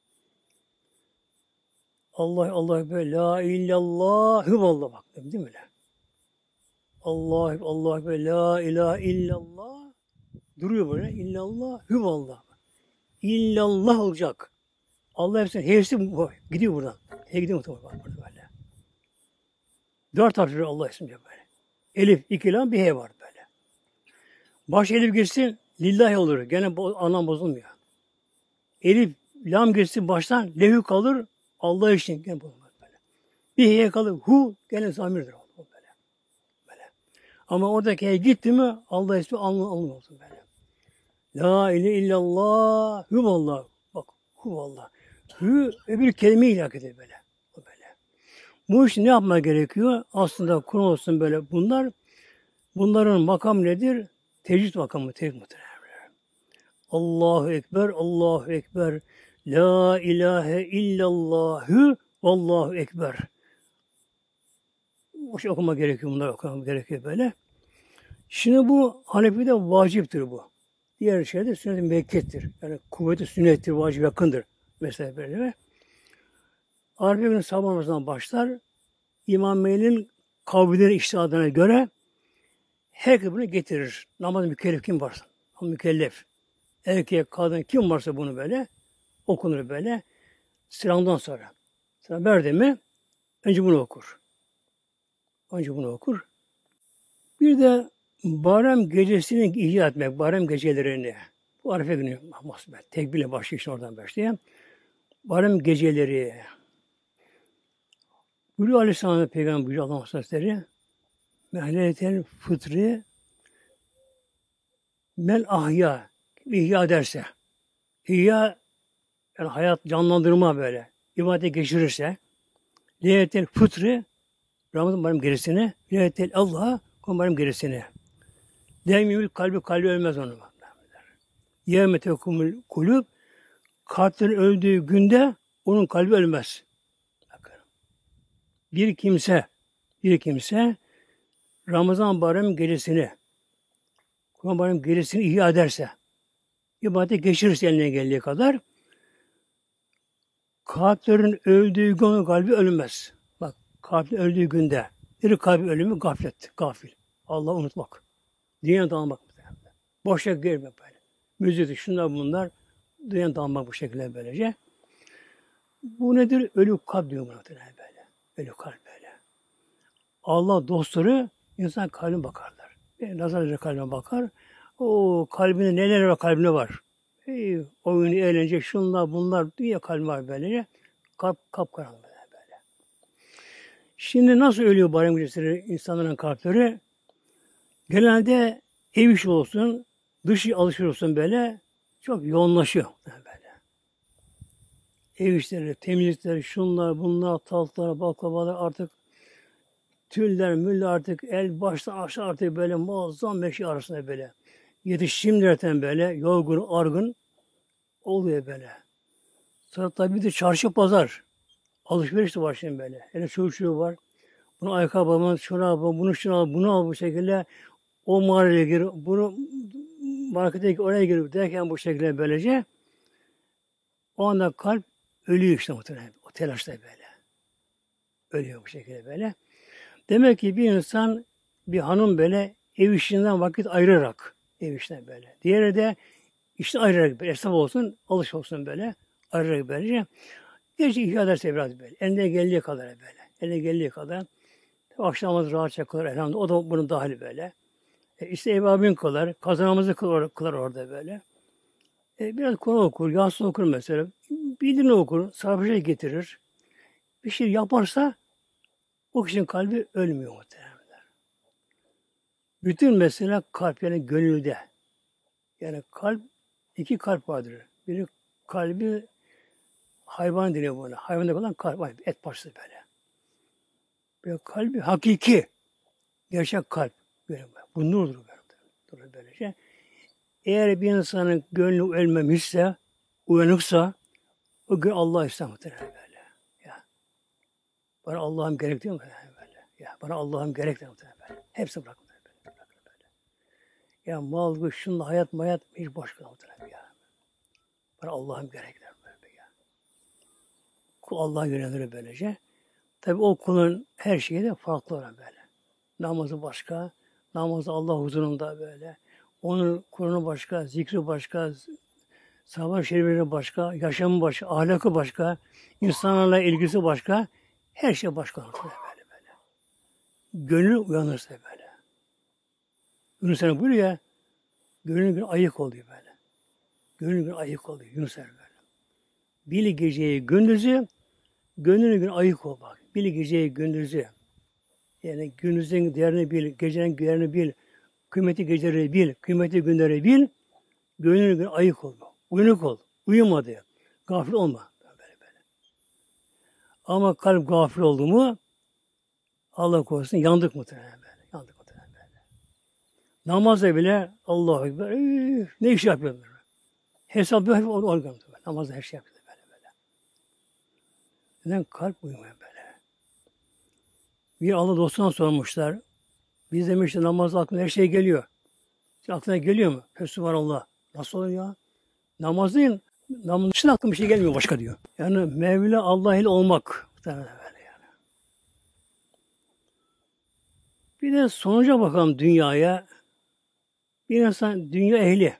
Allah Ekber, la illallah hüvallah bak. Değil mi öyle? Allah Ekber, la ilahe illallah duruyor böyle. İllallah hüvallah. İllallah olacak. Allah hepsi bu. Gidiyor buradan. Gidiyor muhtemelen bak burada böyle. 4 harfleri Allah ismi böyle. Elif, iki lam, bir he var böyle. Baş elif girsin, lillahi olur. Gene anlam bozulmuyor. Elif, lam girsin baştan, lehü kalır, Allah için gene bozulmaz böyle. Bir heye kalır, hu, gene zamirdir. Böyle. Böyle. Ama oradaki he gitti mi, Allah ismi anlamıyor böyle. La ilahe illallah, huvallah. Bak, huvallah. Hü, öbür kelime-i ilak ediyor böyle. Böyle. Bu iş ne yapma gerekiyor? Aslında Kur'an olsun böyle bunlar. Bunların makam nedir? Tecvid makamı, tecvid muhtemelen. Allahu Ekber, Allahu Ekber. La ilahe illallahü vallahu ekber. O şey okuma gerekiyor, bunlar okuma gerekiyor böyle. Şimdi bu Hanefi'de vaciptir bu. Diğer şeyde sünnet-i müekkettir. Yani kuvveti sünnettir, vacip yakındır. Mesela böyle. Arife günü sabah namazından başlar. İmam Mehdi'nin kavlileri iştihadına göre herkes bunu getirir. Namaz mükellef kim varsa. Mükellef. Erkek, kadın kim varsa bunu böyle okunur böyle. Sıramdan sonra. Sıra verdi mi önce bunu okur. Önce bunu okur. Bir de Bayram gecesini ihya etmek, Bayram gecelerini. Bu Arife günü mahsusbet. Tekbirle başlıyor işte oradan başlayan. Bayram geceleri. Buyuruyor Aleyhisselam Peygamber buyuruyor Allah Hazretleri. Mehletel fıtrı mel ahya. İhya derse. İhya yani hayat canlandırma böyle. İbadete geçirirse. Leyletel fıtrı Ramazan bayram gerisine. Leyletel Allah'a bayram gerisine. Demiyül kalbi ölmez onu. Yevmete kumul kulüp kalplerin öldüğü günde onun kalbi ölmez. Bakın. Bir kimse Ramazan bayram gecesini Kurban bayram gecesini ihya ederse ibadete geçirirse eline geldiği kadar kalplerin öldüğü gün onun kalbi ölmez. Bak kalbin öldüğü günde bir kalbi ölümü gaflet, gafil. Allah'ı unutmak. Dünyaya dağılmak. Boşa girmek böyle. Müzik, şunlar bunlar. Dünyaya dağılmak bu şekilde böylece. Bu nedir? Ölü kalp diyor buna böyle. Ölü kalp böyle. Allah dostları insan kalbine bakarlar. Nazar ile kalbine bakar. O kalbinde neler var kalbine var. Oyunu, eğlence, şunlar bunlar dünya kalbi var böylece. Kalp kapkaranlık böyle. Şimdi nasıl ölüyor bayram gecesi insanların kalpleri? Genelde ev işi olsun, dışı alışveriş olsun böyle çok yoğunlaşıyor böyle. Ev işleri, temizlikleri, şunlar, bunlar, tatlılar, baklavalar artık tüller, müller artık el baştan aşağı artık böyle muazzam meşe arasında böyle. Yetişim derken böyle yorgun, argın oluyor böyle. Sonra tabii de çarşı pazar. Alışveriş de var şimdi böyle. Hele çocuğu var. Bunu ayakkabı al, şunu al, şunu al, bunu al bu şekilde. O mağaraya gir, bunu markete oraya girip derken bu şekilde böylece o anda kalp ölüyor işte muhtemelen. O telaşla böyle. Ölüyor bu şekilde böyle. Demek ki bir insan, bir hanım böyle ev işinden vakit ayırarak ev işinden böyle. Diğeri de işte ayırarak böyle esnaf olsun, alış olsun böyle. Ayırarak böylece. Gerçi ihya ederse biraz böyle. Eline geldiği kadar böyle. Eline geldiği kadar. Akşamımız rahatça kılar elhamdülillah. O da bunun dahili böyle. İşte evabin kılar. Kazanımızı kılar orada böyle. Biraz Kur'an okur. Yasin okur mesela. Bildiğini okur. Sarfışa getirir. Bir şey yaparsa o kişinin kalbi ölmüyor muhtemelen. Bütün mesela kalp yani gönülde. Yani kalp, iki kalp vardır. Biri kalbi hayvan deniyor buna. Hayvanda olan kalp, et parçası böyle. Böyle kalbi hakiki, gerçek kalp. Böyle, bu nurdur böyle. Böylece. Eğer bir insanın gönlü ölmemişse, uyanıksa, o gün Allah ister muhtemelen böyle. Ya, bana Allah'ım gerek diyor mu böyle? Ya, bana Allah'ım gerek diyor muhtemelen böyle. Hepsi bırak böyle. Ya mal, güç, şunla hayat, mayat hiç boş kalır muhtemelen ya. Bana Allah'ım gerek der böyle ya. Kul Allah'a yönelir böylece. Tabi o kulun her şeyi de farklı olan böyle. Namazı başka, namazı Allah huzurunda böyle. Onun Kur'an'ı başka, zikri başka, sahabe-i şerifleri başka, yaşamı başka, ahlakı başka, insanlarla ilgisi başka, her şey başka olursa böyle böyle. Gönül uyanırsa böyle. Yunus Emre buyuruyor ya, gönül gün ayık oluyor böyle. Gönül gün ayık oluyor Yunus Emre böyle. Bil geceyi gündüzü, gönül gün ayık ol bak. Bil geceyi gündüzü. Yani gündüzün değerini bil, gecenin değerini bil, kıymeti geceleri bil, kıymeti günleri bil, gönül gün ayık ol. Uyanık ol. Uyuma diyor. Gafil olma. Böyle böyle. Ama kalp gafil oldu mu Allah korusun yandık muhtemelen böyle. Yandık muhtemelen böyle. Namazda bile Allahu Ekber. Ne iş yapıyor böyle? Hesap yok. Organ. Namazda her şey yapıyor böyle böyle. Neden? Kalp uyumuyor böyle. Bir Allah dostuna sormuşlar. Biz demişti namazda aklına her şey geliyor. Senin aklına geliyor mu? Fesubhanallah. Nasıl oluyor ya? Namaz değil. Namaz dışında aklıma bir şey gelmiyor başka diyor. Yani Mevla Allah ile olmak. Muhtemelen böyle yani. Bir de sonuca bakalım dünyaya. Bir insan dünya ehli.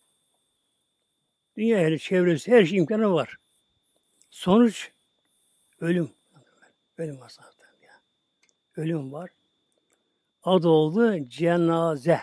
Dünya ehli, çevresi, her şey imkanı var. Sonuç ölüm. Ölüm var zaten. Ya. Ölüm var. Adı oldu cenaze.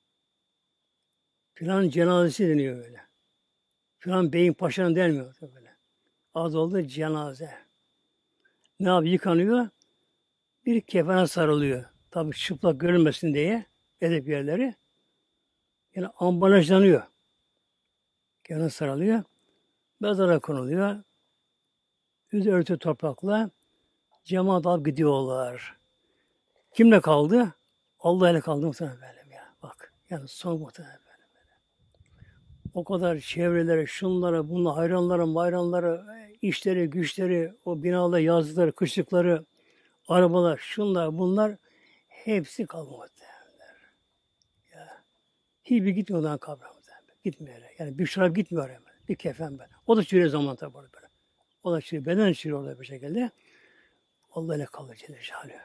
Filan cenazesi deniyor böyle. Filan beyin paşanın denmiyor böyle. Adı oldu cenaze. Ne yapıyor? Yıkanıyor. Bir kefene sarılıyor. Tabii çıplak görünmesin diye edep yerleri. Yani ambalajlanıyor. Kefene sarılıyor. Mezara konuluyor. Yüzü örtü toprakla cemaat alıp gidiyorlar. Kimle kaldı? Allah ile kaldı muhtemelen böyle ya. Bak. Yani son muhtemelen böyle. O kadar çevrelere, şunlara, bunlara, hayranlara, bayramlara, işleri, güçleri, o binalar, yazlıkları, kışlıkları, arabalar, şunlar, bunlar hepsi kaldı muhtemelen. Ya. Hiçbir gitmiyor ondan kabre muhtemelen. Gitmiyor öyle. Yani bir şarap gitmiyor hemen. Bir kefen ben. O da çürüyor zaman tabi böyle. O da çürüyor. Beden çürüyor orada bir şekilde. Allah ile kalır Celle Celaluhu.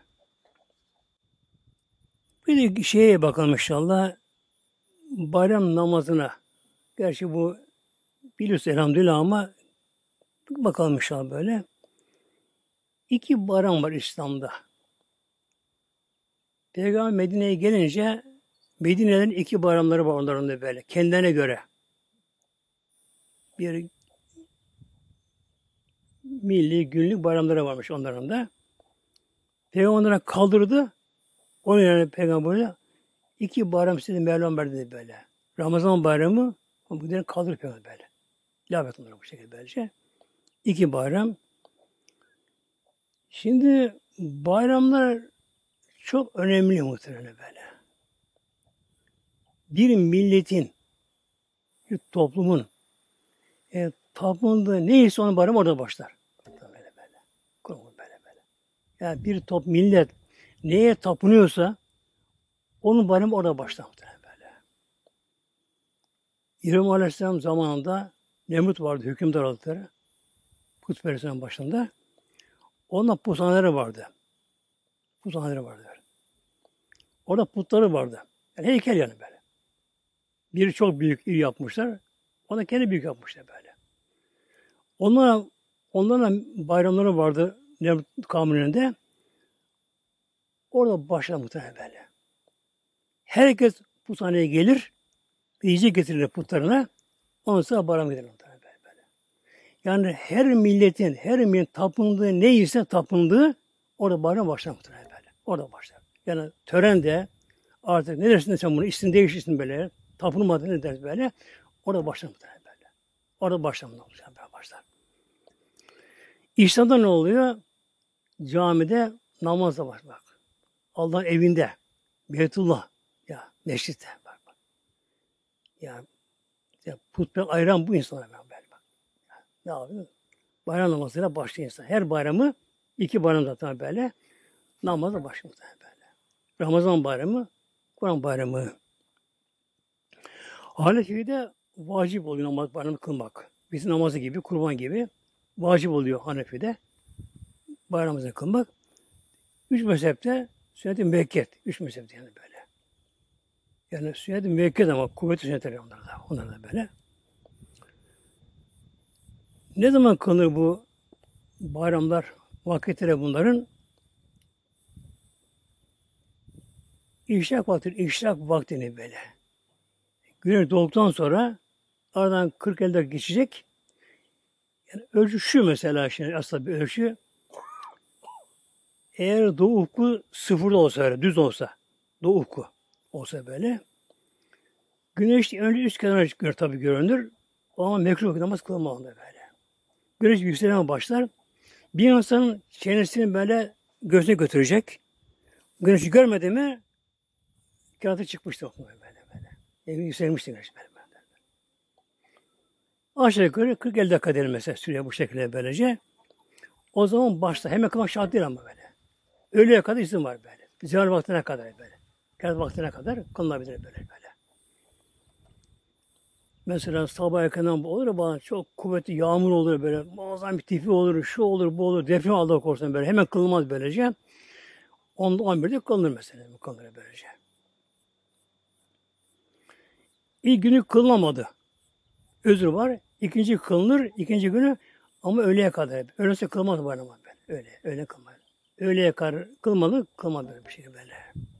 Bir de şeye bakalım inşallah. Bayram namazına. Gerçi bu biliyorsun elhamdülillah ama bakalım inşallah böyle. İki bayram var İslam'da. Peygamber Medine'ye gelince Medine'den iki bayramları var onların da böyle. Kendilerine göre. Bir milli, günlük bayramları varmış onların da. Peygamber onlara kaldırdı. Onun yerine Peygamber'e iki bayram size Mevlam verdi dedi böyle. Ramazan bayramı bu dönem kaldırıp Peygamber böyle. İlave onlara bu şekilde böylece. İki bayram. Şimdi bayramlar çok önemli muhtemelen böyle. Bir milletin, bir toplumun tapındığı neyse onun bayramı orada başlar. Böyle böyle. Kurumu böyle böyle. Yani bir millet neye tapınıyorsa onun bayramı orada başlar muhtemelen böyle. İbrahim Aleyhisselam zamanında Nemrut vardı, hükümdar aldıkları. Putperestlerin başında. Onunla puthaneleri vardı. Puthaneleri vardı. Orada putları vardı. Yani heykel yani böyle. Biri çok büyük iri yapmışlar. Ona kendi büyük yapmışlar böyle. Onlara bayramları vardı Nemrut kavminin de. Orada başlar muhtemelen böyle. Herkes puthaneye gelir, yiyecek getirir putlarına. Ondan sonra bayram gider muhtemelen böyle. Yani her milletin tapındığı neyse tapındığı orada bayram başlar muhtemelen böyle. Orada başlar. Yani tören de artık ne dersin sen bunu isim değiştirsin böyle. Tapınmadı ne dersin böyle. Orada başlar muhtemelen böyle. Orada başlamında olacak. Başlar. İslam'da ne oluyor? Camide namazla var bak. Allah'ın evinde. Beytullah. Ya meşritte. Bak. Ya İşte putperest ayıran bu insanlar böyle. Ne yapıyor? Bayram namazıyla başlıyor insan. Her bayramı iki bayram zaten böyle namazla başlıyor böyle. Ramazan bayramı, Kur'an bayramı. Hanefi'de vacip oluyor namaz bayramı kılmak. Bizim namazı gibi, kurban gibi vacip oluyor Hanefi'de bayramımızı kılmak. Üç mezhepte sünnet-i müekket. Üç mezhepte yani böyle. Yani sünnet-i müekket ama kuvvetli sünnetler onlar da. Onlar da böyle. Ne zaman kılınır bu bayramlar, vakitleri bunların? İşrak vaktini böyle. Güneş doğduktan sonra aradan 40-50 dakika geçecek. Yani ölçü şu mesela şimdi aslında bir ölçü. Eğer doğu ufku sıfırda olsa öyle, düz olsa, doğu ufku olsa böyle. Güneş önce üst kenara çıkıyor tabii görünür. O ama mekruh namaz kılmamalı böyle. Güneş yükselmeye başlar. Bir insanın çenesini böyle gözüne götürecek. Güneşi görmedi mi kâhıntı çıkmıştı böyle. Yani yükselmişti güneş böyle. Aşağı yukarı 40-50 dakika diyelim mesela sürüyor bu şekilde böylece. O zaman başta hemen kılmak şart değil ama böyle. Öğleye kadar izin var böyle. Zihar vaktine kadar böyle. Kâhıntı vaktine kadar kılınabilir böyle. Mesela sabah erkenden olur ya bazen çok kuvvetli yağmur olur böyle. Muazzam bir tipi olur, şu olur, bu olur. Deprem Allah korusun böyle. Hemen kılınmaz böylece. 10'da 11'de kılınır mesela. Kılınır böylece. İlk günü kılınamadı. Özür var. İkinci kılınır. İkinci günü ama öğleye kadar. Öğlesi kılmaz var ama böyle. Öyle kılmaz. Öğleye kadar kılmalı, kılmaz böyle bir şey böyle.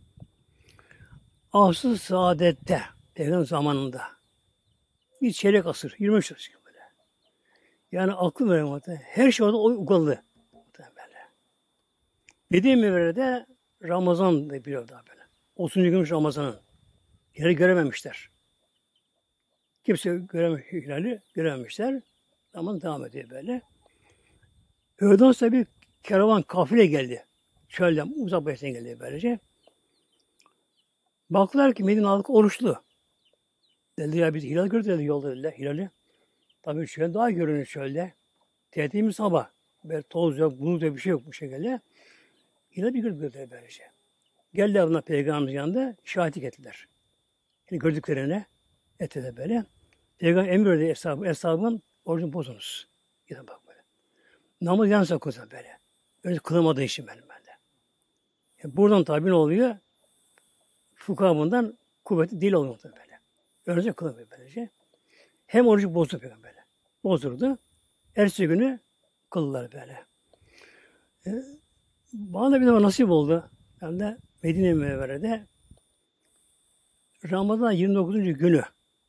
Asıl saadette, Peygamber zamanında bir çeyrek asır, 23 asır böyle. Yani aklım veremedi. Her şey orada ugalı. Böyle. Dediğim gibi de Ramazan da biliyor daha böyle. 30. günmüş Ramazan'ın. Yeri görememişler. Kimse görememiş, hilali görememişler. Zaman devam ediyor böyle. Öğleden sonra bir kervan kafile geldi. Çölden uzak bir yerden geldi böylece. Baktılar ki Medine halkı oruçlu. Dedi ya biz hilal gördük dedi yolda dediler hilali. Tabii çöl daha görünür çölde. Tertemiz sabah. Böyle toz yok, bulut yok, bir şey yok bu şekilde. Hilal bir gördük dediler böylece. Geldiler buna Peygamberimizin yanında şahitlik ettiler. Yani gördüklerine ettiler böyle. Peygamber emir verdi hesabın orucunu bozunuz. Gidin bak böyle. Namaz yan sakınsa böyle. Öyle kılamadığı için benim bende. Yani buradan tabi ne oluyor? Fukaha bundan kuvvetli dil oluyor böyle. Öylece kılamıyor böylece. Hem orucu bozdu peygamber böyle. Bozdurdu. Ertesi günü kıldılar böyle. E, Bana da bir defa nasip oldu. Ben de Medine Münevvere'de Ramazan 29. günü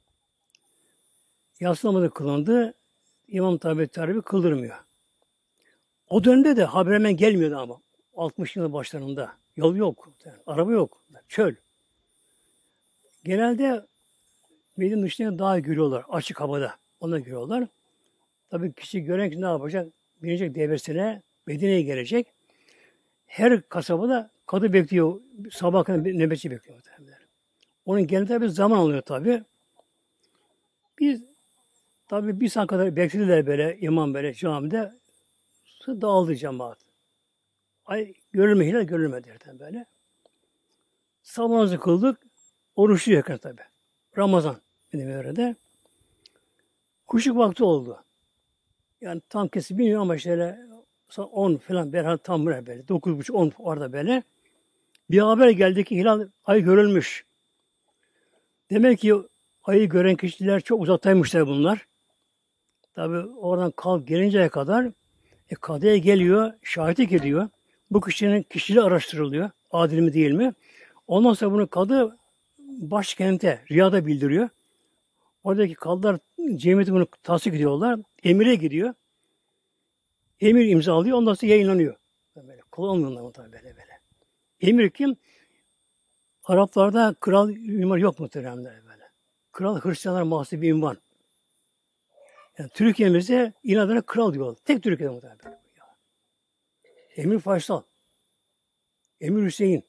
yatsı namazı kılındı. İmam tabi tarifi kıldırmıyor. O dönemde de haber hemen gelmiyordu ama. 60 yılın başlarında. Yol yok. Yani araba yok. Çöl. Genelde Medine'nin dışında daha görüyorlar. Açık havada. Onu görüyorlar. Tabii kişi gören kişi ne yapacak? Binecek devresine Medine'ye gelecek. Her kasabada kadı bekliyor. Sabah kadar bir nöbetçi bekliyor. Muhtemelen. Onun geldiğinde bir zaman alıyor tabii. Biz tabii bir saat kadar beklediler böyle imam böyle camide. Sonra dağıldı cemaat. Ay görülme hilal görülmedi derken böyle. Sabahımızı kıldık. Oruçlu yakın tabii. Ramazan benim öyle. Kuşluk vakti oldu. Yani tam kesin bilmiyorum ama şöyle 10 falan berhal tam böyle 9.30 10 orada böyle. Bir haber geldi ki hilal ay görülmüş. Demek ki ayı gören kişiler çok uzaktaymışlar bunlar. Tabi oradan kalk gelinceye kadar kadıya geliyor, şahitlik ediyor. Bu kişinin kişiliği araştırılıyor. Adil mi değil mi? Ondan sonra bunu kadı başkente, Riyad'a bildiriyor. Oradaki kadılar cemiyeti bunu tasdik ediyorlar. Emire gidiyor. Emir imzalıyor. Ondan sonra yayınlanıyor. Böyle. Kolay olmuyor tabii böyle. Emir kim? Araplarda kral ünvanı yok muhteremler böyle. Kral Hristiyanlar mahsus bir ünvan. Yani Türkiye'mizde inadına kral diyorlar. Tek Türkiye'de muhtemelen. Emir Faysal, Emir Hüseyin,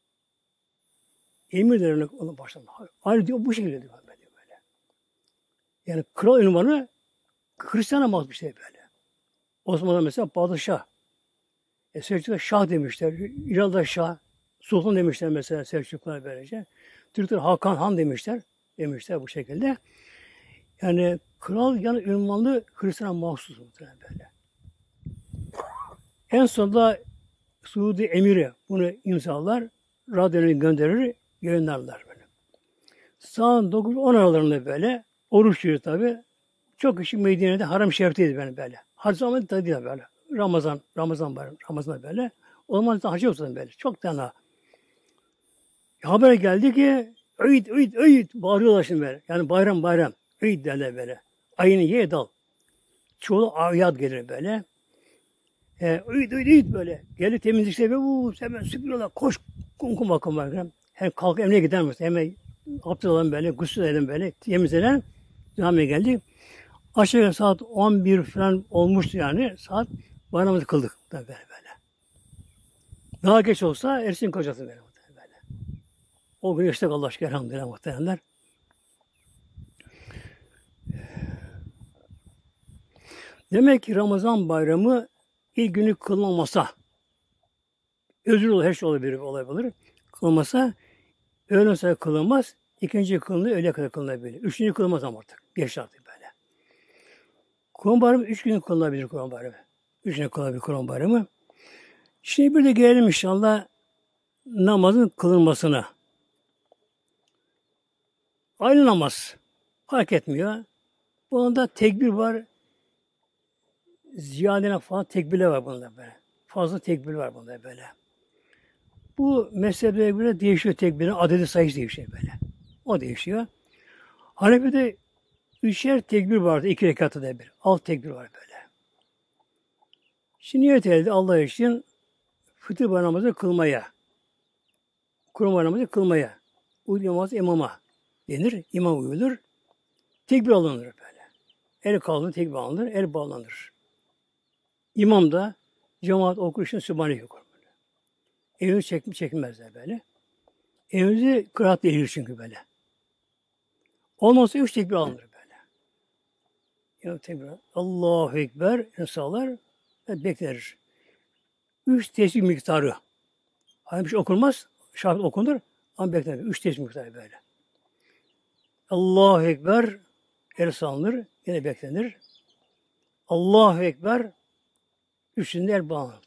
Emir derler onun başlarında. Aynı diyor bu şekilde diyor böyle. Yani kral ünvanı Hristiyan'a mahsus bir şey böyle. Osmanlı mesela padişah. Selçuklar şah demişler. İran'da şah. Sultan demişler mesela Selçuklular böylece. Türkler Hakan Han demişler. Demişler bu şekilde. Yani kral yani ünvanlı Hristiyan'a mahsus muhtemelen böyle. En sonunda Suudi Emiri bunu imzalar, radyoya gönderir, yayınlarlar böyle. Saat 9-10 aralarında böyle oruç tutuyor tabi. Çok kişi Medine'de Haram-ı Şerif'teydi böyle. Hac zamanı da değil böyle. Ramazan var, Ramazan böyle. O zaman da hacı olsun böyle. Çok tane. Haber geldi ki öğüt bağırıyorlar şimdi böyle. Yani bayram öğüt derler böyle. Ayını ye dal. Çoğu ayat gelir böyle. Öğüt böyle. Geldi temizlikte ve hemen süpürüyorlar. Koş kum bakım var. Hem kalk emniyete gider misin? Hemen abdest alalım böyle, gusül edelim böyle. Temizlenen camiye geldik. Aşağı yukarı saat 11 falan olmuştu yani. Saat bayramımızı kıldık. Böyle. Daha geç olsa Ersin kocası böyle. O gün işte Allah aşkına elhamdülillah muhtemelenler. Demek ki Ramazan bayramı ilk günü kılınmasa, özür olur, her şey olabilir. Kılınmasa, öğlen sonra kılınmaz, ikinci kılınır, öğle kadar kılınabilir. Üçüncü kılınmaz ama artık. Geç artık böyle. Kurban bayramı 3 gün kılınabilir Kurban bayramı. 3 gün kılınabilir Kurban bayramı. Şimdi bir de gelelim inşallah namazın kılınmasına. Aynı namaz. Fark etmiyor. Bunda tekbir var. Ziyadene falan tekbirler var bunda böyle. Fazla tekbir var bunda böyle. Bu mezheplere göre değişiyor tekbirin adedi sayısı değişiyor böyle. O değişiyor. Hanefi'de 3'er tekbir vardı 2 rekatta da bir. Alt tekbir var böyle. Şimdi niyet edildi Allah için fıtır namazı kılmaya. Kurban namazı kılmaya. Uyulmaz imama denir. İmam uyulur. Tekbir alınır böyle. El kaldırır, tekbir alınır, el bağlanır. İmam da cemaat okur için Sübhaneke'yi okur böyle. Evimizi çekmezler böyle. Evimizi kıraatle eğilir çünkü böyle. Olmazsa 3 tekbir alınır böyle. Yani tekbir Allahu Ekber insanlar ve beklenir. 3 tesbih miktarı. Hani bir şey okunmaz. Şart okunur. Ama beklenir. 3 tesbih miktarı böyle. Allahu Ekber el salınır. Yine beklenir. Allahu Ekber üstünde el bağlanır.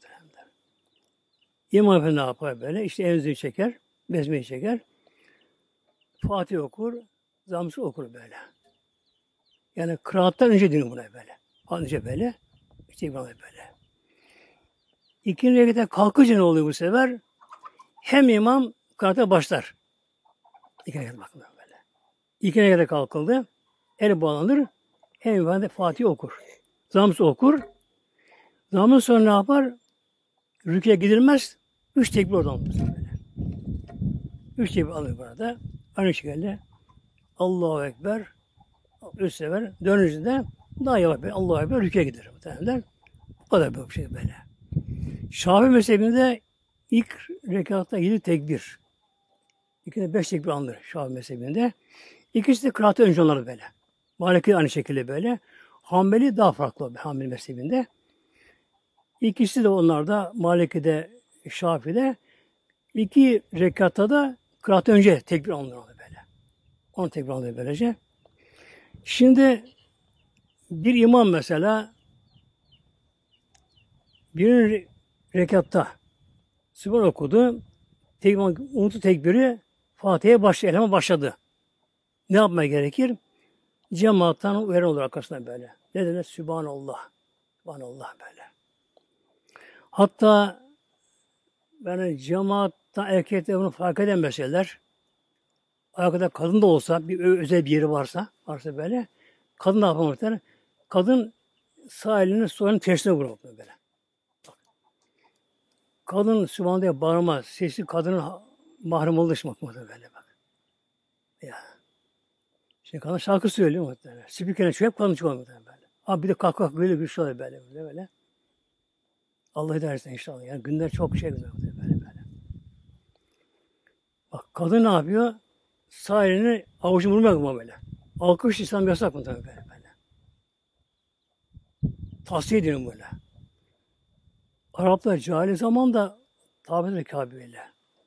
İmam Efendi ne yapar böyle? İşte evzi çeker. Besmeyi çeker. Fatih okur. Zamsı okur böyle. Yani kıraattan önce dönüyor buna böyle. Önce böyle. İşte böyle. İkinci rekete kalkınca ne oluyor bu sefer? Hem imam kıraata başlar. İkinci rekete bakın böyle. İkinci rekete kalkıldı. El bağlanır. Hem imam da Fatih okur. Zamsı okur. Zamın sonra ne yapar? Rüküye gidilmez. 3 tekbir oradan böyle. 3 tekbir alıyor burada. Aynı şekilde Allahu Ekber 3 sefer dönüşünde daha yavaş bir Allahu Ekber rüküye gider. Muhtemelen. O kadar bir şey böyle. Şafii mezhebinde ilk rekatta 7 tekbir. İkide 5 tekbir alınır Şafii mezhebinde. İkisi de kıraatı önce onları böyle. Maliki aynı şekilde böyle. Hanbeli daha farklı Hanbeli mezhebinde. İkisi de onlarda Maliki'de, Şafii'de 2 rekatta da kıraatı önce tekbir alınır böyle. Onu tekbir alınır böylece. Şimdi bir imam mesela bir rekatta Sübhan okudu. Unuttu tekbiri. Fatiha'ya başladı. Elhama başladı. Ne yapmaya gerekir? Cemaattan uyarı olur arkasına böyle. Ne denir? Sübhanallah. Sübhanallah böyle. Hatta yani cemaattan erkekler bunu fark eden meseleler. Arkada kadın da olsa, bir özel bir yeri varsa böyle. Kadın ne yapar? Kadın sağ elini sol elini tersine vurur böyle. Kadın Sübhan diye bağırmaz. Sesi kadının mahrem olduğu için böyle bak. Ya. Şimdi kadın şarkı söylüyor muhtemelen. Spikerine şu hep kadın çıkıyor muhtemelen böyle. Abi bir de kalk böyle bir şey oluyor böyle. Allah ederse inşallah. Yani günler çok güzel böyle. Bak kadın ne yapıyor? Sağ elini avucunu vurmak mı böyle? Alkış İslam yasak mı tabii böyle. Tavsiye ediyorum böyle. Araplar cahil zamanda tabi de Kabe'yle.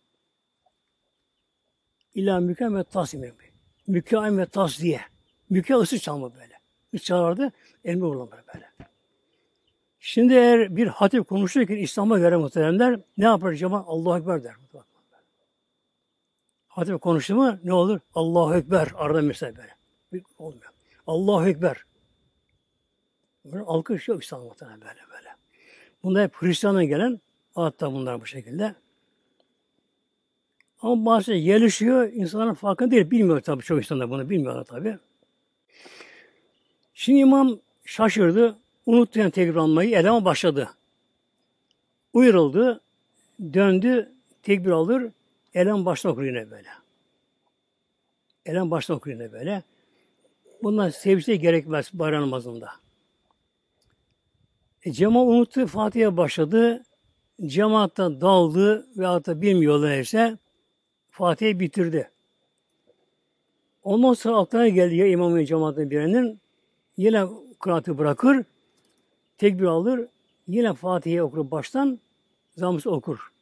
İlla mükemmel ve tas yemeği. Mükemmel ve tas diye. Mükemmel ısı çalma böyle. Üç çalardı, elime vurulmadı böyle. Şimdi eğer bir hatip konuşurken İslam'a göre muhteremler ne yapar cemaat? Allahu Ekber der. Hatip konuştu mu ne olur? Allahu Ekber. Arada mesela böyle. Olmuyor. Allahu Ekber. Böyle alkış yok İslam'da muhterem böyle. Bunlar hep Hristiyan'a gelen hatta bunlar bu şekilde. Ama bazı yerleşiyor, insanların farkında değil. Bilmiyor tabii çok insanlar bunu bilmiyorlar tabii. Şimdi imam şaşırdı. Unuttu yani tekbir almayı. Eleme başladı. Uyarıldı. Döndü. Tekbir alır. Elem baştan okur yine böyle. Elem baştan okur yine böyle. Bundan sevinçte gerekmez bayram namazında. Cemaat unuttu. Fatiha'ya başladı. Cemaatta daldı ve hatta bilmiyorlar ise Fatiha'yı bitirdi. Ondan sonra aklına geldi ya imamın cemaatin birinin yine kıraatı bırakır, tekbir alır, yine Fatiha'yı okur baştan, zamm-ı okur.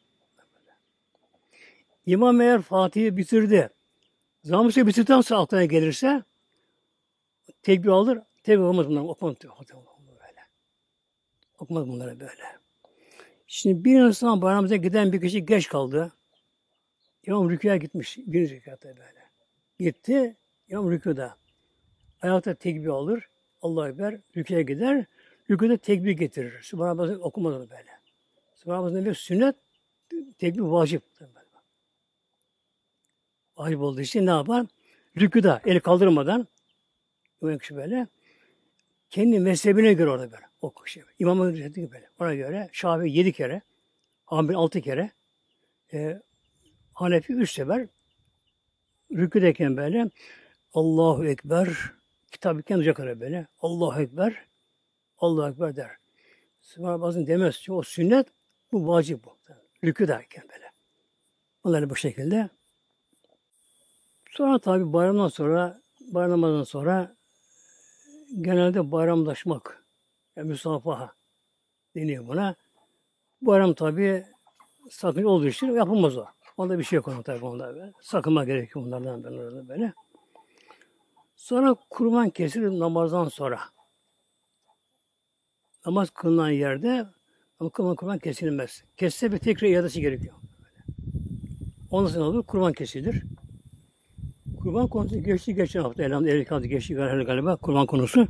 İmam eğer Fatiha'yı bitirdi, zamm-ı bitirdikten sonra aklına gelirse tekbir alır, tekbir olmaz bunları, okumaz böyle. Okumaz bunları böyle. Şimdi bir insan bayramımıza giden bir kişi geç kaldı. İmam rükûya gitmiş, bir rekatta böyle. Gitti, İmam rükûda. Ayakta tekbir alır, Allahu Ekber, rükûya gider, rükûda tekbir getirir. Subhanallah okumaz onu böyle. Subhanallah demek sünnet, tekbir vacip. Vacip olduğu için ne yapar? Rükûda, eli kaldırmadan, o kişi böyle, kendi mezhebine göre orada böyle. O kişi. İmamın rükûda böyle. Ona göre Şafii 7 kere, Hanbeli 6 kere, Hanefi 3 sefer, rükûdeyken böyle, Allahu Ekber, kitap iken uzak ara böyle, Allahu Ekber, Allahu Ekber der. Subhanallah bazen demez. Çünkü o sünnet, bu vacip bu. Rükûdayken böyle. Onları bu şekilde. Sonra tabi bayramdan sonra genelde bayramlaşmak, yani müsafaha deniyor buna. Bayram tabi sakınca olduğu için yapılmaz o. Onda bir şey yok onun tabi onda böyle. Sakınma gerekiyor bunlardan böyle. Sonra kurban kesilir namazdan sonra. Namaz kılınan yerde ama kurban kesilmez. Kesse bir tekrar iadesi gerekiyor. Ondan sonra olur, kurban kesilir. Kurban konusu geçen hafta elhamdülillah geçti galiba kurban konusu.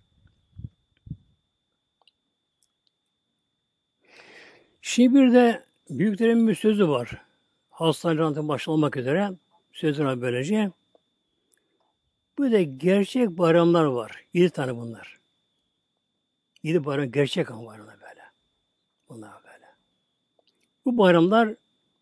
Şimdi bir de büyüklerin bir sözü var. Hastanelerden başlamak üzere sözü var böylece. Bu da gerçek bayramlar var. 7 tane bunlar. 7 bayram gerçek ama bayramlar böyle. Bunlar böyle. Bu bayramlar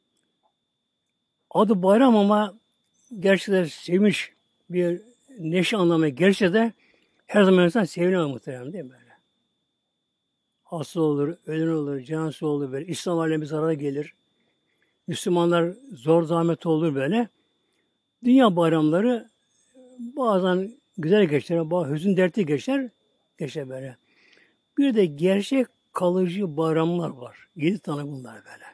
adı bayram ama gerçekten sevinç bir neşe anlamı gerçekten her zaman insan seviniyor muhtemelen değil mi böyle? Hasta olur, ölün olur, cansız olur böyle. İslam alemi zarara gelir. Müslümanlar zor zahmet olur böyle. Dünya bayramları bazen güzel geçer, bazen hüzün dertli geçer böyle. Bir de gerçek kalıcı bayramlar var. 7 tane bunlar böyle.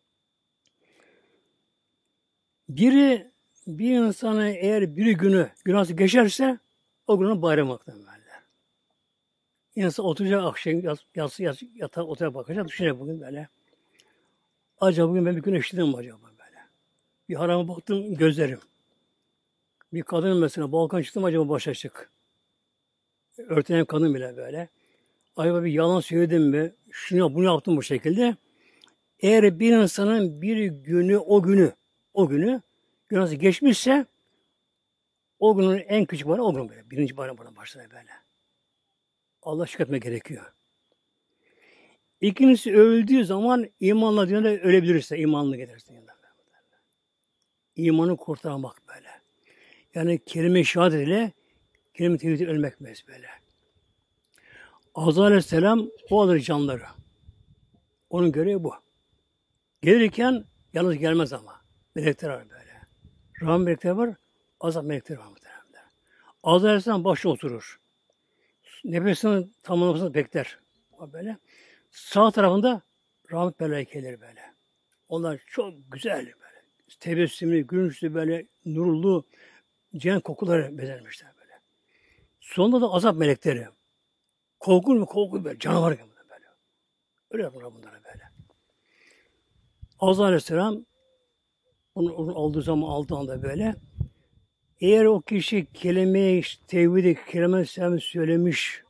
Biri bir insana eğer bir günü günahsı geçerse o günün bayram aktar böyle. İnsan oturacak akşam yatar oturup bakacak düşünecek bugün böyle. Acaba bugün ben bir gün işledim mi acaba böyle. Bir harama baktım gözlerim. Bir kadın mesela balkan çıktım acaba baş açık. Örtünen kadın bile böyle. Acaba bir yalan söyledim mi? Şunu bunu yaptım bu şekilde. Eğer bir insanın bir günü o günü günahsı geçmişse o günün en küçük bayramı o gün böyle. Birinci bayram bana başlar böyle. Allah şükretmek gerekiyor. İkincisi öldüğü zaman imanla dünyada ölebilirse, imanlı gelirse. İmanı kurtarmak böyle. Yani kelime-i şehadet ile kelime-i tevhid ölmek böyle. Azrail Aleyhisselam o alır canları. Onun görevi bu. Gelirken yalnız gelmez ama. Melekler var böyle. Rahmet melekleri var, azap melekleri var muhtemelen. Azrail Aleyhisselam başına oturur. Nefesini tamamlamasını bekler. O böyle. Sağ tarafında rahmet melekeleri böyle. Onlar çok güzel böyle. Tebessümlü, gülünçlü böyle nurlu cennet kokuları bezermişler böyle. Sonunda da azap melekleri. Korkunç mu korkunç böyle. Canavar gibi böyle. Öyle yapıyorlar bunlara böyle. Azrail Aleyhisselam onu aldığı zaman aldığı anda böyle. Eğer o kişi kelime-i tevhid-i kelime-i selam söylemiş,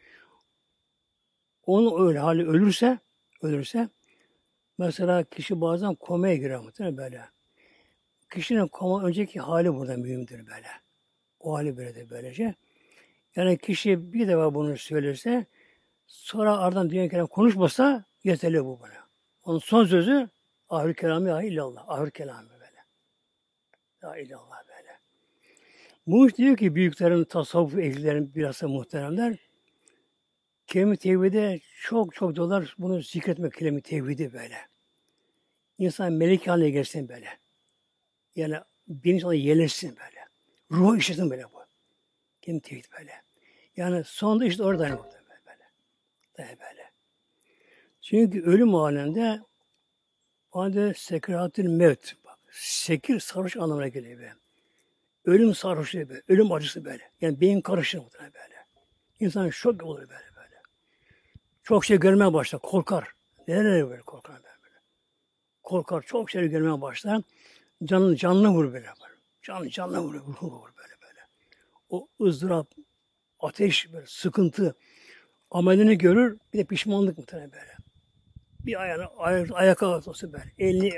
onu öyle hali ölürse mesela kişi bazen komaya girer muhtemelen böyle. Kişinin koma önceki hali burada mühimdir böyle. O hali böyle de böylece. Yani kişi bir defa bunu söylerse sonra ardından dünya kelam konuşmasa yeterli bu bana. Onun son sözü ahir kelamı ya illallah. Ahir kelamı böyle. Ya illallah böyle. Bu iş diyor ki büyüklerin, tasavvuf ehlilerin bilhassa muhteremler kelime-i tevhide çok çok dolar bunu zikretmek kelime-i tevhidi böyle. İnsan melek haline gelsin böyle. Yani bilinç ona yerleşsin böyle. Ruhu işlesin böyle bu. Kelime-i tevhid böyle. Yani sonunda işte orada böyle. Böyle. Çünkü ölüm halinde o halde sekratül mevt. Bak, sekir sarhoş anlamına geliyor böyle. Ölüm sarhoşluğu böyle. Ölüm acısı böyle. Yani beyin karışır muhtemelen böyle. İnsan şok olur böyle. Çok şey görmeye başlar. Korkar. Neler böyle korkar böyle. Korkar. Çok şey görmeye başlar. Canını vurur böyle. Canını vurur. Ruhu vurur böyle. O ızdırap, ateş, böyle sıkıntı amelini görür. Bir de pişmanlık muhtemelen böyle. Bir ayağa kalkması böyle.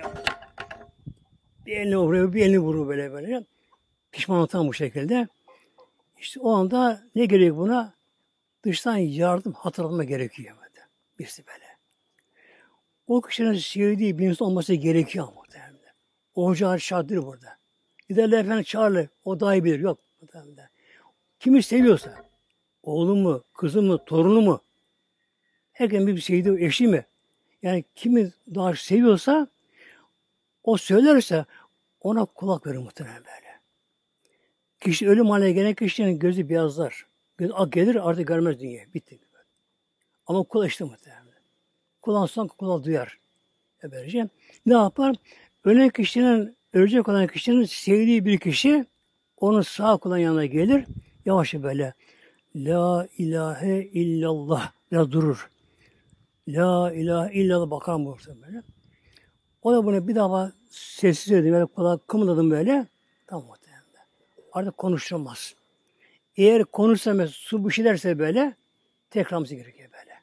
Bir elini vuruyor, bir elini vurur böyle. Pişmanlıktan bu şekilde. İşte o anda ne gerekiyor buna? Dıştan yardım hatırlatma gerekiyor. Birisi böyle. O kişinin sevdiği bir insan olması gerekiyor muhtemelen. O hoca şarttır burada. Giderler efendim çağırır. O daha iyi bilir. Yok. Muhtemelen. Kimi seviyorsa, oğlu mu, kızı mı, torunu mu, herkesin bir sevdiği eşi mi? Yani kimi daha seviyorsa, o söylerse ona kulak verir muhtemelen böyle. Kişi ölüm haline gelen kişinin gözü beyazlar. Gözü ak gelir artık görmez dünya. Bitti. Ama kul işte muhtemelen. Kulağın son kulağı duyar. Böylece ne yapar? Ölen kişinin, ölecek olan kişinin sevdiği bir kişi onun sağ kulağın yanına gelir. Yavaş böyle La ilahe illallah biraz durur. La ilahe illallah bakar mı böyle. O da bunu bir daha sessiz edin. Böyle kulağı kımıldadım böyle. Tamam muhtemelen. Artık konuşulmaz. Eğer konuşsa mesela su bir şey derse böyle tekrarlaması gerekiyor böyle.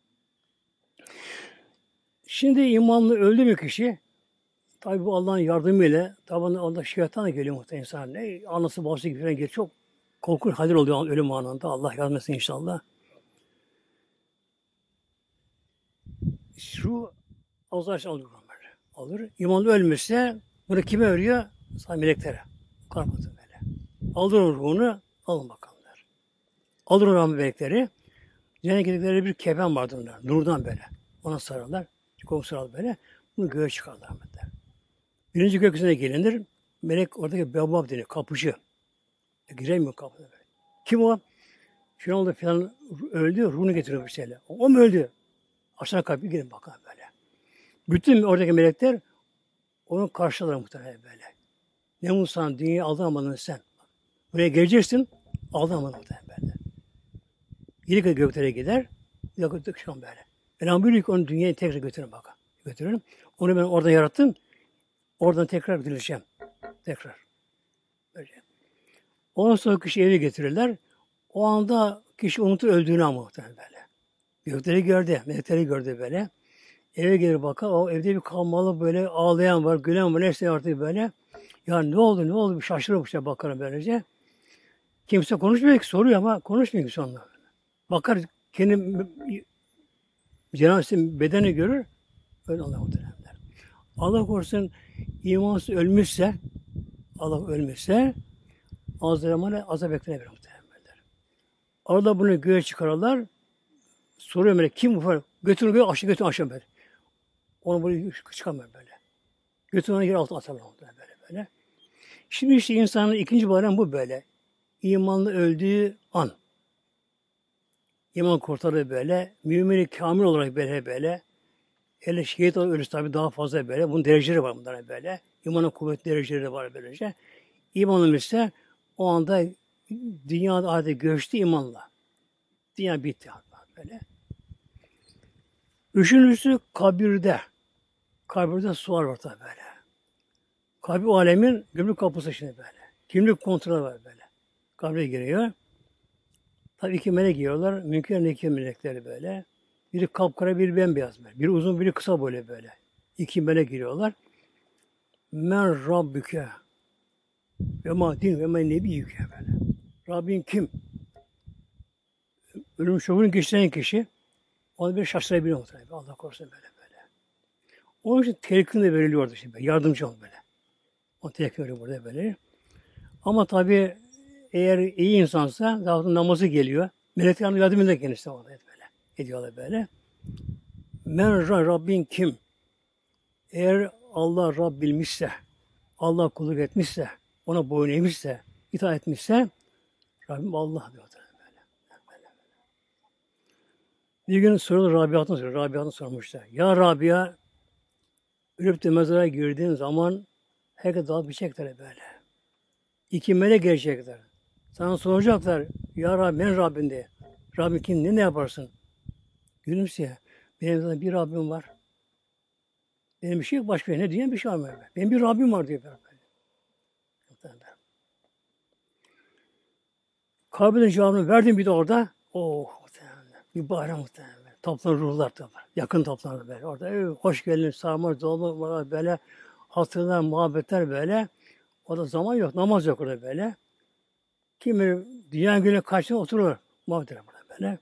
Şimdi imanlı öldü mü kişi? Tabi bu Allah'ın yardımıyla, tabi onda şeytan da geliyor muhtemelen insan. Ne anası babası gibi falan geliyor. Çok korkunç haller oluyor ölüm anında. Allah yardım etsin inşallah. Şu azar alır böyle. Alır. İmanlı ölmüşse bunu kime veriyor? Sadece meleklere. Karmatı böyle. Alır o ruhunu, alın bakalımlar. Alır o rahmet melekleri. Cennet gidikleri bir kefen vardır onlar. Nurdan böyle. Ona sararlar. Koku sararlar böyle. Bunu göğe çıkarlar rahmetler. Birinci gökyüzüne gelinir. Melek oradaki bevvab deniyor. Kapıcı. Giremiyor kapıda böyle. Kim o? Şuna oldu falan öldü. Ruhunu getiriyor bir şeyle. O mu öldü? Aşağı kapıyı girin bakalım böyle. Bütün oradaki melekler onun karşılar muhtemelen böyle. Ne mutlu sana dünyayı aldamadın sen. Buraya geleceksin. Aldamadın muhtemelen böyle. Yedi göklere gider. Bir dakika tıkışan böyle. Elhamdülillah ki onu dünyaya tekrar götürün bakalım. Götürün. Onu ben orada yarattım. Oradan tekrar dirileceğim. Tekrar. Böyle. Ondan sonra kişi eve getirirler. O anda kişi unutur öldüğünü ama muhtemelen böyle. Gökleri gördü, melekleri gördü böyle. Eve gelir bakar, o evde bir kalmalı böyle ağlayan var, gülen var, neyse artık böyle. Ya ne oldu bir şaşırır bir şey bakarım böylece. Kimse konuşmuyor ki soruyor ama konuşmuyor ki sonra. Bakar kendi cenazesi bedeni görür, öyle Allah muhtemelen. Allah korusun imansız ölmüşse, Allah ölmüşse azramanı azap beklenebilir muhtemelen. Orada bunu göğe çıkarırlar. Soruyor böyle kim bu falan. Götürün göğe aşağı böyle. Onu böyle çıkamıyor böyle. Götürün onu yere altına atarlar böyle. Şimdi işte insanın ikinci bayram bu böyle. imanlı öldüğü an. İman kurtarır böyle. Mümin-i kamil olarak böyle. Hele şehit olarak ölürse tabii daha fazla böyle. Bunun dereceleri var bunlara böyle. İmanın kuvvetli dereceleri var böylece. İman ise o anda dünyada adeta göçtü imanla. Dünya bitti böyle. Üçüncüsü kabirde. Kabirde sual var tabii böyle. Kabir alemin gümrük kapısı şimdi böyle. Kimlik kontrolü var böyle. Kabre giriyor. Tabii iki melek giriyorlar. Münker Nekir melekleri böyle. Biri kapkara, biri bembeyaz böyle. Biri uzun, biri kısa böyle. İki melek giriyorlar. Men Rabbüke ve ma din ve ma nebiyyüke böyle. Rabbin kim? Ölüm şokunu geçiren kişi onu bir şaşırabiliyor muhtemelen. Allah korusun böyle. Onun için telkin de veriliyordu şimdi. Yardımcı ol böyle. O telkin veriyor burada böyle. Ama tabii eğer iyi insansa daha sonra namazı geliyor. Melekler yardım ediyor kendisi orada böyle. Ediyorlar böyle. Men Rabbin kim? Eğer Allah Rab bilmişse, Allah kulluk etmişse, ona boyun eğmişse, itaat etmişse, Rabbim Allah diyor. Böyle. Bir gün sorulur Rabia'dan sormuşlar. Ya Rabia, ölüp de mezara girdiğin zaman herkes dalıp biçecekler böyle. İki melek gelecekler. Sana soracaklar. Ya Rabbi, ben Rabbin diye. Rabbin kim? Ne yaparsın? Gülümseye. Benim zaten bir Rabbim var. Benim bir şey yok. Başka ne diyeyim bir şey var. Benim bir Rabbim var diyor. Kabir'in cevabını verdim bir de orada. Oh muhtemelen. Bir bayram muhtemelen. Toplanır ruhlar toplar. Yakın toplanır böyle. Orada hoş geldin, sarma, dolma böyle. Hatırlar, muhabbetler böyle. O da zaman yok. Namaz yok orada böyle. Kimi dünya günü karşısına oturur. Muhabbetler burada böyle.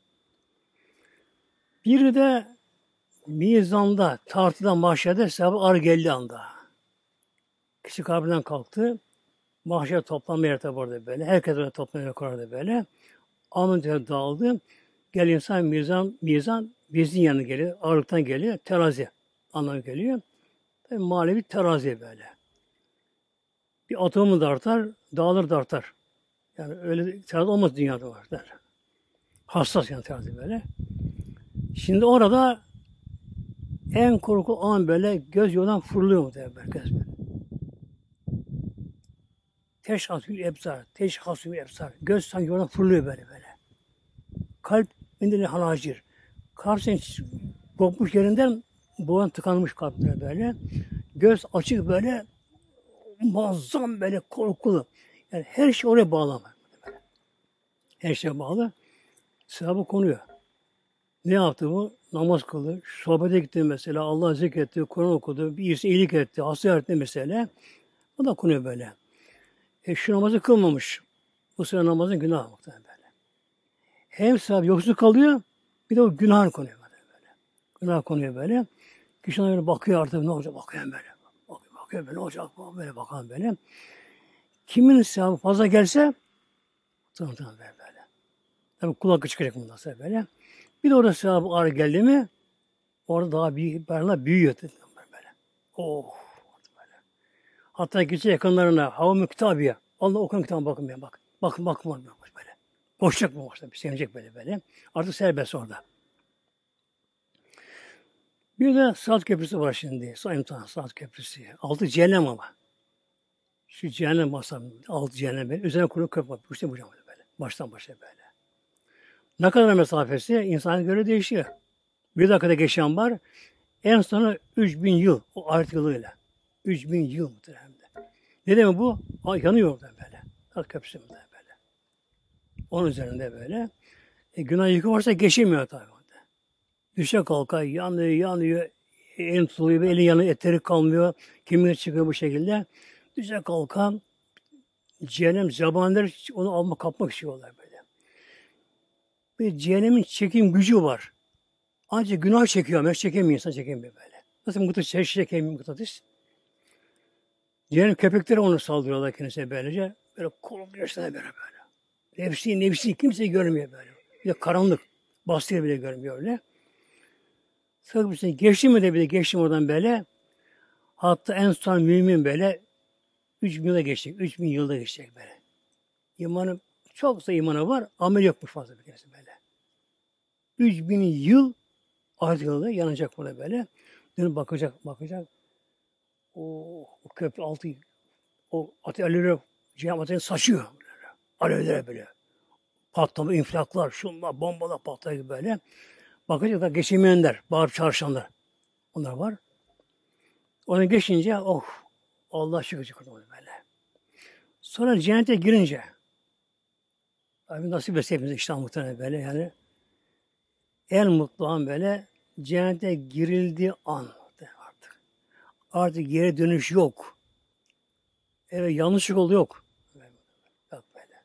Biri de mizanda, tartıda, mahşerde sevabı ağır geldiği anda. Kişi kabirden kalktı. Mahşer toplanma yeri tabi orada böyle. Herkes orada toplanma yeri orada böyle. Amın dağıldı. Gel insan mizan bezin yanına geliyor. Ağırlıktan geliyor. Terazi anlamı geliyor. Tabi manevi terazi böyle. Bir atomu da artar, dağılır da artar. Yani öyle terazi olmaz dünyada var der. Hassas yani terazi böyle. Şimdi orada en korku an böyle göz yoldan fırlıyor mu der herkes böyle. Teşhasül ebsar. Göz sanki oradan fırlıyor böyle. Kalp indili halacir. Kalp senin kopmuş yerinden boğan tıkanmış kalpler böyle. Göz açık böyle muazzam böyle korkulu. Yani her şey oraya bağlı. Her şeye bağlı. Sevabı konuyor. Ne yaptı bu? Namaz kıldı. Sohbete gitti mesela. Allah zikretti. Kur'an okudu. Birisi iyilik etti. Hasta etti mesela. O da konuyor böyle. Şu namazı kılmamış. Bu sıra namazın günahı muhtemelen böyle. Hem sevap yoksul kalıyor, bir de o günah konuyor böyle. Günah konuyor böyle. Kişi ona böyle bakıyor artık ne olacak bakıyor böyle. Bakıyor böyle ne olacak böyle bakan böyle. Kimin sevabı fazla gelse tamam böyle. Tabii kulak çıkacak bundan sonra böyle. Bir de orada sevabı ağır geldi mi orada daha büyüyor böyle. Oh böyle. Hatta gidecek yakınlarına havamı kitabiye. Allah okuyun kitabına bakın ben bak. Bakın böyle. Koşacak mı başta? Bir sevinecek böyle. Artık serbest orada. Bir de Sırat Köprüsü var şimdi. Sırat Köprüsü. Altı cehennem ama. Şu cehennem masamı. Altı cehennem böyle. Üzerine kurulu köprü var. İşte bu böyle. Baştan başa böyle. Ne kadar mesafesi? İnsana göre değişiyor. Bir dakikada geçen var. En sonu 3000 yıl. O ahiret yılıyla. 3000 yıl muhtemelen. Ne demek bu? Yanıyor orada böyle. Sırat Köprüsü böyle. Onun üzerinde böyle. Günah yıkı varsa geçemiyor tabii. Düşe kalka yanıyor. Elin tutuluyor, elin yanıyor, etleri kalmıyor. Kimine çıkıyor bu şekilde. Düşe kalka cehennem zebaniler onu kapmak istiyorlar böyle. Bir cehennemin çekim gücü var. Ancak günah çekiyor ama çekemiyor insan çekemiyor böyle. Nasıl mıknatıs çekemiyor mıknatıs? Cehennem köpekleri onu saldırıyorlar kendisine böylece. Böyle kolum yaşlarına böyle. Nefsi kimse görmüyor böyle. Bir de karanlık. Bastırıyor bile görmüyor öyle. Sonra geçti mi de bile geçtim oradan böyle. Hatta en son mümin böyle 3000 yılda geçecek. 3000 yılda geçecek böyle. İmanı Çok da imanı var. Amel yokmuş fazla bir kez böyle. 3000 yıl ahiret yılında yanacak burada böyle. Dönüp bakacak, bakacak. O köprü altı, o alevler, cehennem ateşini saçıyor. Böyle. Alevlere böyle. Patlama, infilaklar, şunlar, bombalar patlıyor gibi böyle. Bakacak da geçemeyenler, bağırıp çağrışanlar. Onlar var. Onu geçince, oh, Allah şükür çıkardı onu böyle. Sonra cennete girince, abi nasip etse hepimize işte muhtemelen böyle yani. En mutlu an böyle cennete girildiği an artık. Artık geri dönüş yok. Evet yanlışlık oldu yok. Yok böyle.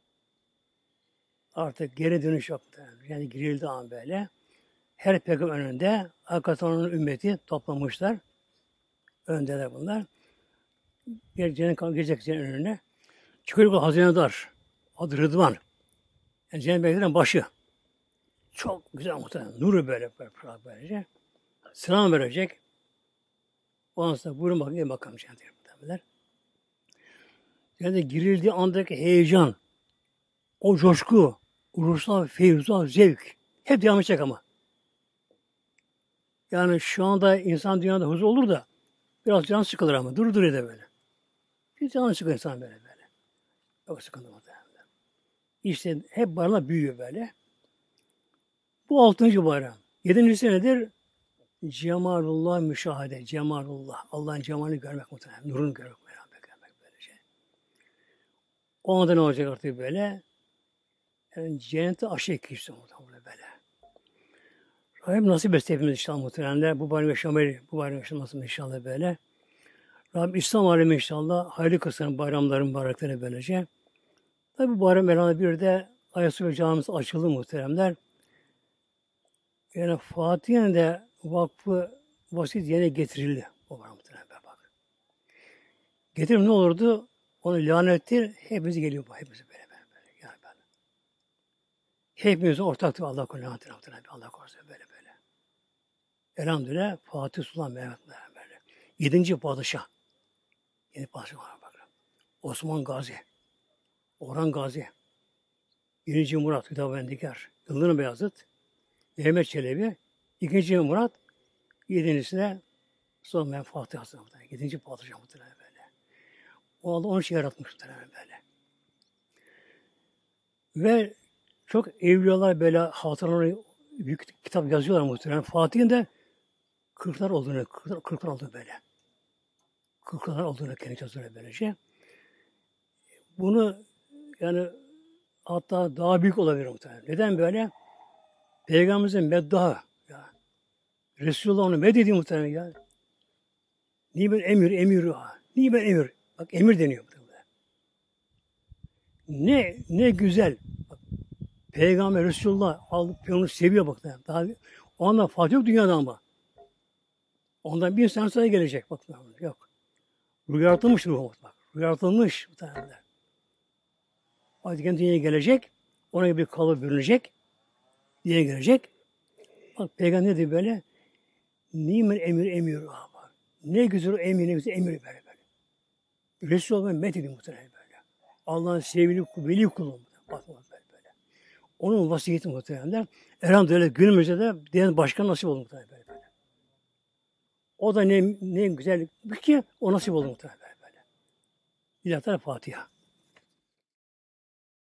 Artık geri dönüş yok. Yani girildiği an böyle. Her peygamber önünde hakikaten onun ümmeti toplamışlar. Öndeler bunlar. Bir cennet girecek cennet önüne. Çıkıyor bu hazinedar. Adı Rıdvan. Yani cennet bekleyen başı. Çok güzel muhtemelen. Nuru böyle böylece. Selam verecek. Ondan sonra buyurun bakın gelin bakalım cennete muhtemelen. Yani girildiği andaki heyecan, o coşku, ruhsal, feyzal, zevk hep devam edecek ama. Yani şu anda insan dünyada huzur olur da biraz can sıkılır ama duruyor da böyle. Bir can sıkılır insan böyle böyle. Yok sıkıntı muhtemelen. İşte hep bayramlar büyüyor böyle. Bu 6. bayram. 7. nedir? Cemalullah müşahede. Cemalullah. Allah'ın cemalini görmek muhtemelen. Nurunu görmek beraber görmek böylece. O anda ne olacak artık böyle? Yani cennete aşağı kişi muhtemelen böyle. Rabbim nasip etse hepimiz inşallah muhtemelen. Bu bayram yaşamayı, bu bayram yaşamasını inşallah böyle. Rabbim İslam alemi inşallah hayırlı kılsın bayramların mübarekleri böylece. Tabi bu bayram elhamdülillah bir de Ayasofya Camisi açıldı muhteremler. Yani Fatih'in de vakfı vasit yerine getirildi. O var muhtemelen bak. Getirim ne olurdu? Onu lanettir. Hepimiz geliyor bu. Hepimiz böyle. Yani böyle. Hepimizin ortaktır Allah korusun. Allah korusun böyle. Elhamdülillah Fatih Sultan Mehmet böyle. 7. padişah. Yeni padişah var bakın. Osman Gazi. Orhan Gazi. 1. Murat Hüdavendigar. Yıldırım Beyazıt. Mehmet Çelebi. 2. Murat. 7.'si de Sultan Fatih Hasan. 7. padişah muhtemelen böyle. O Allah onun için yaratmış muhtemelen böyle. Ve çok evliyalar böyle hatıraları büyük kitap yazıyorlar muhtemelen. Fatih'in de 40'lar olduğunu, 40'lar olduğunu böyle. 40'lar olduğunu kendi yazıyorlar böylece. Bunu yani hatta daha büyük olabilir muhtemelen. Neden böyle? Peygamberimizin meddahı ya. Resulullah onu meddediği muhtemelen ya. Nimet emir ha. Nimet emir. Bak emir deniyor muhtemelen. Ne güzel. Bak, Peygamber Resulullah alıp onu seviyor bak. Daha o anda Fatih yok dünyada ama. Ondan bir sene sonra gelecek bak. Yok. Yaratılmış ruhu bak. Yaratılmış muhtemelen. Artık dünyaya gelecek. Ona bir kalıp bürünecek. Diye gelecek. Bak Peygamber ne diyor böyle? Nimet emir. Bak. Ne güzel emir, ne güzel emir böyle. Resulullah methedi muhtemelen böyle. Allah'ın sevgili veli kulu. Bak böyle. Onun vasiyeti muhtemelen. Elhamdülillah günümüzde de diyen başkan nasip oldu muhtemelen böyle. O da ne güzel ki o nasip oldu muhtemelen böyle. İlahi Fatiha.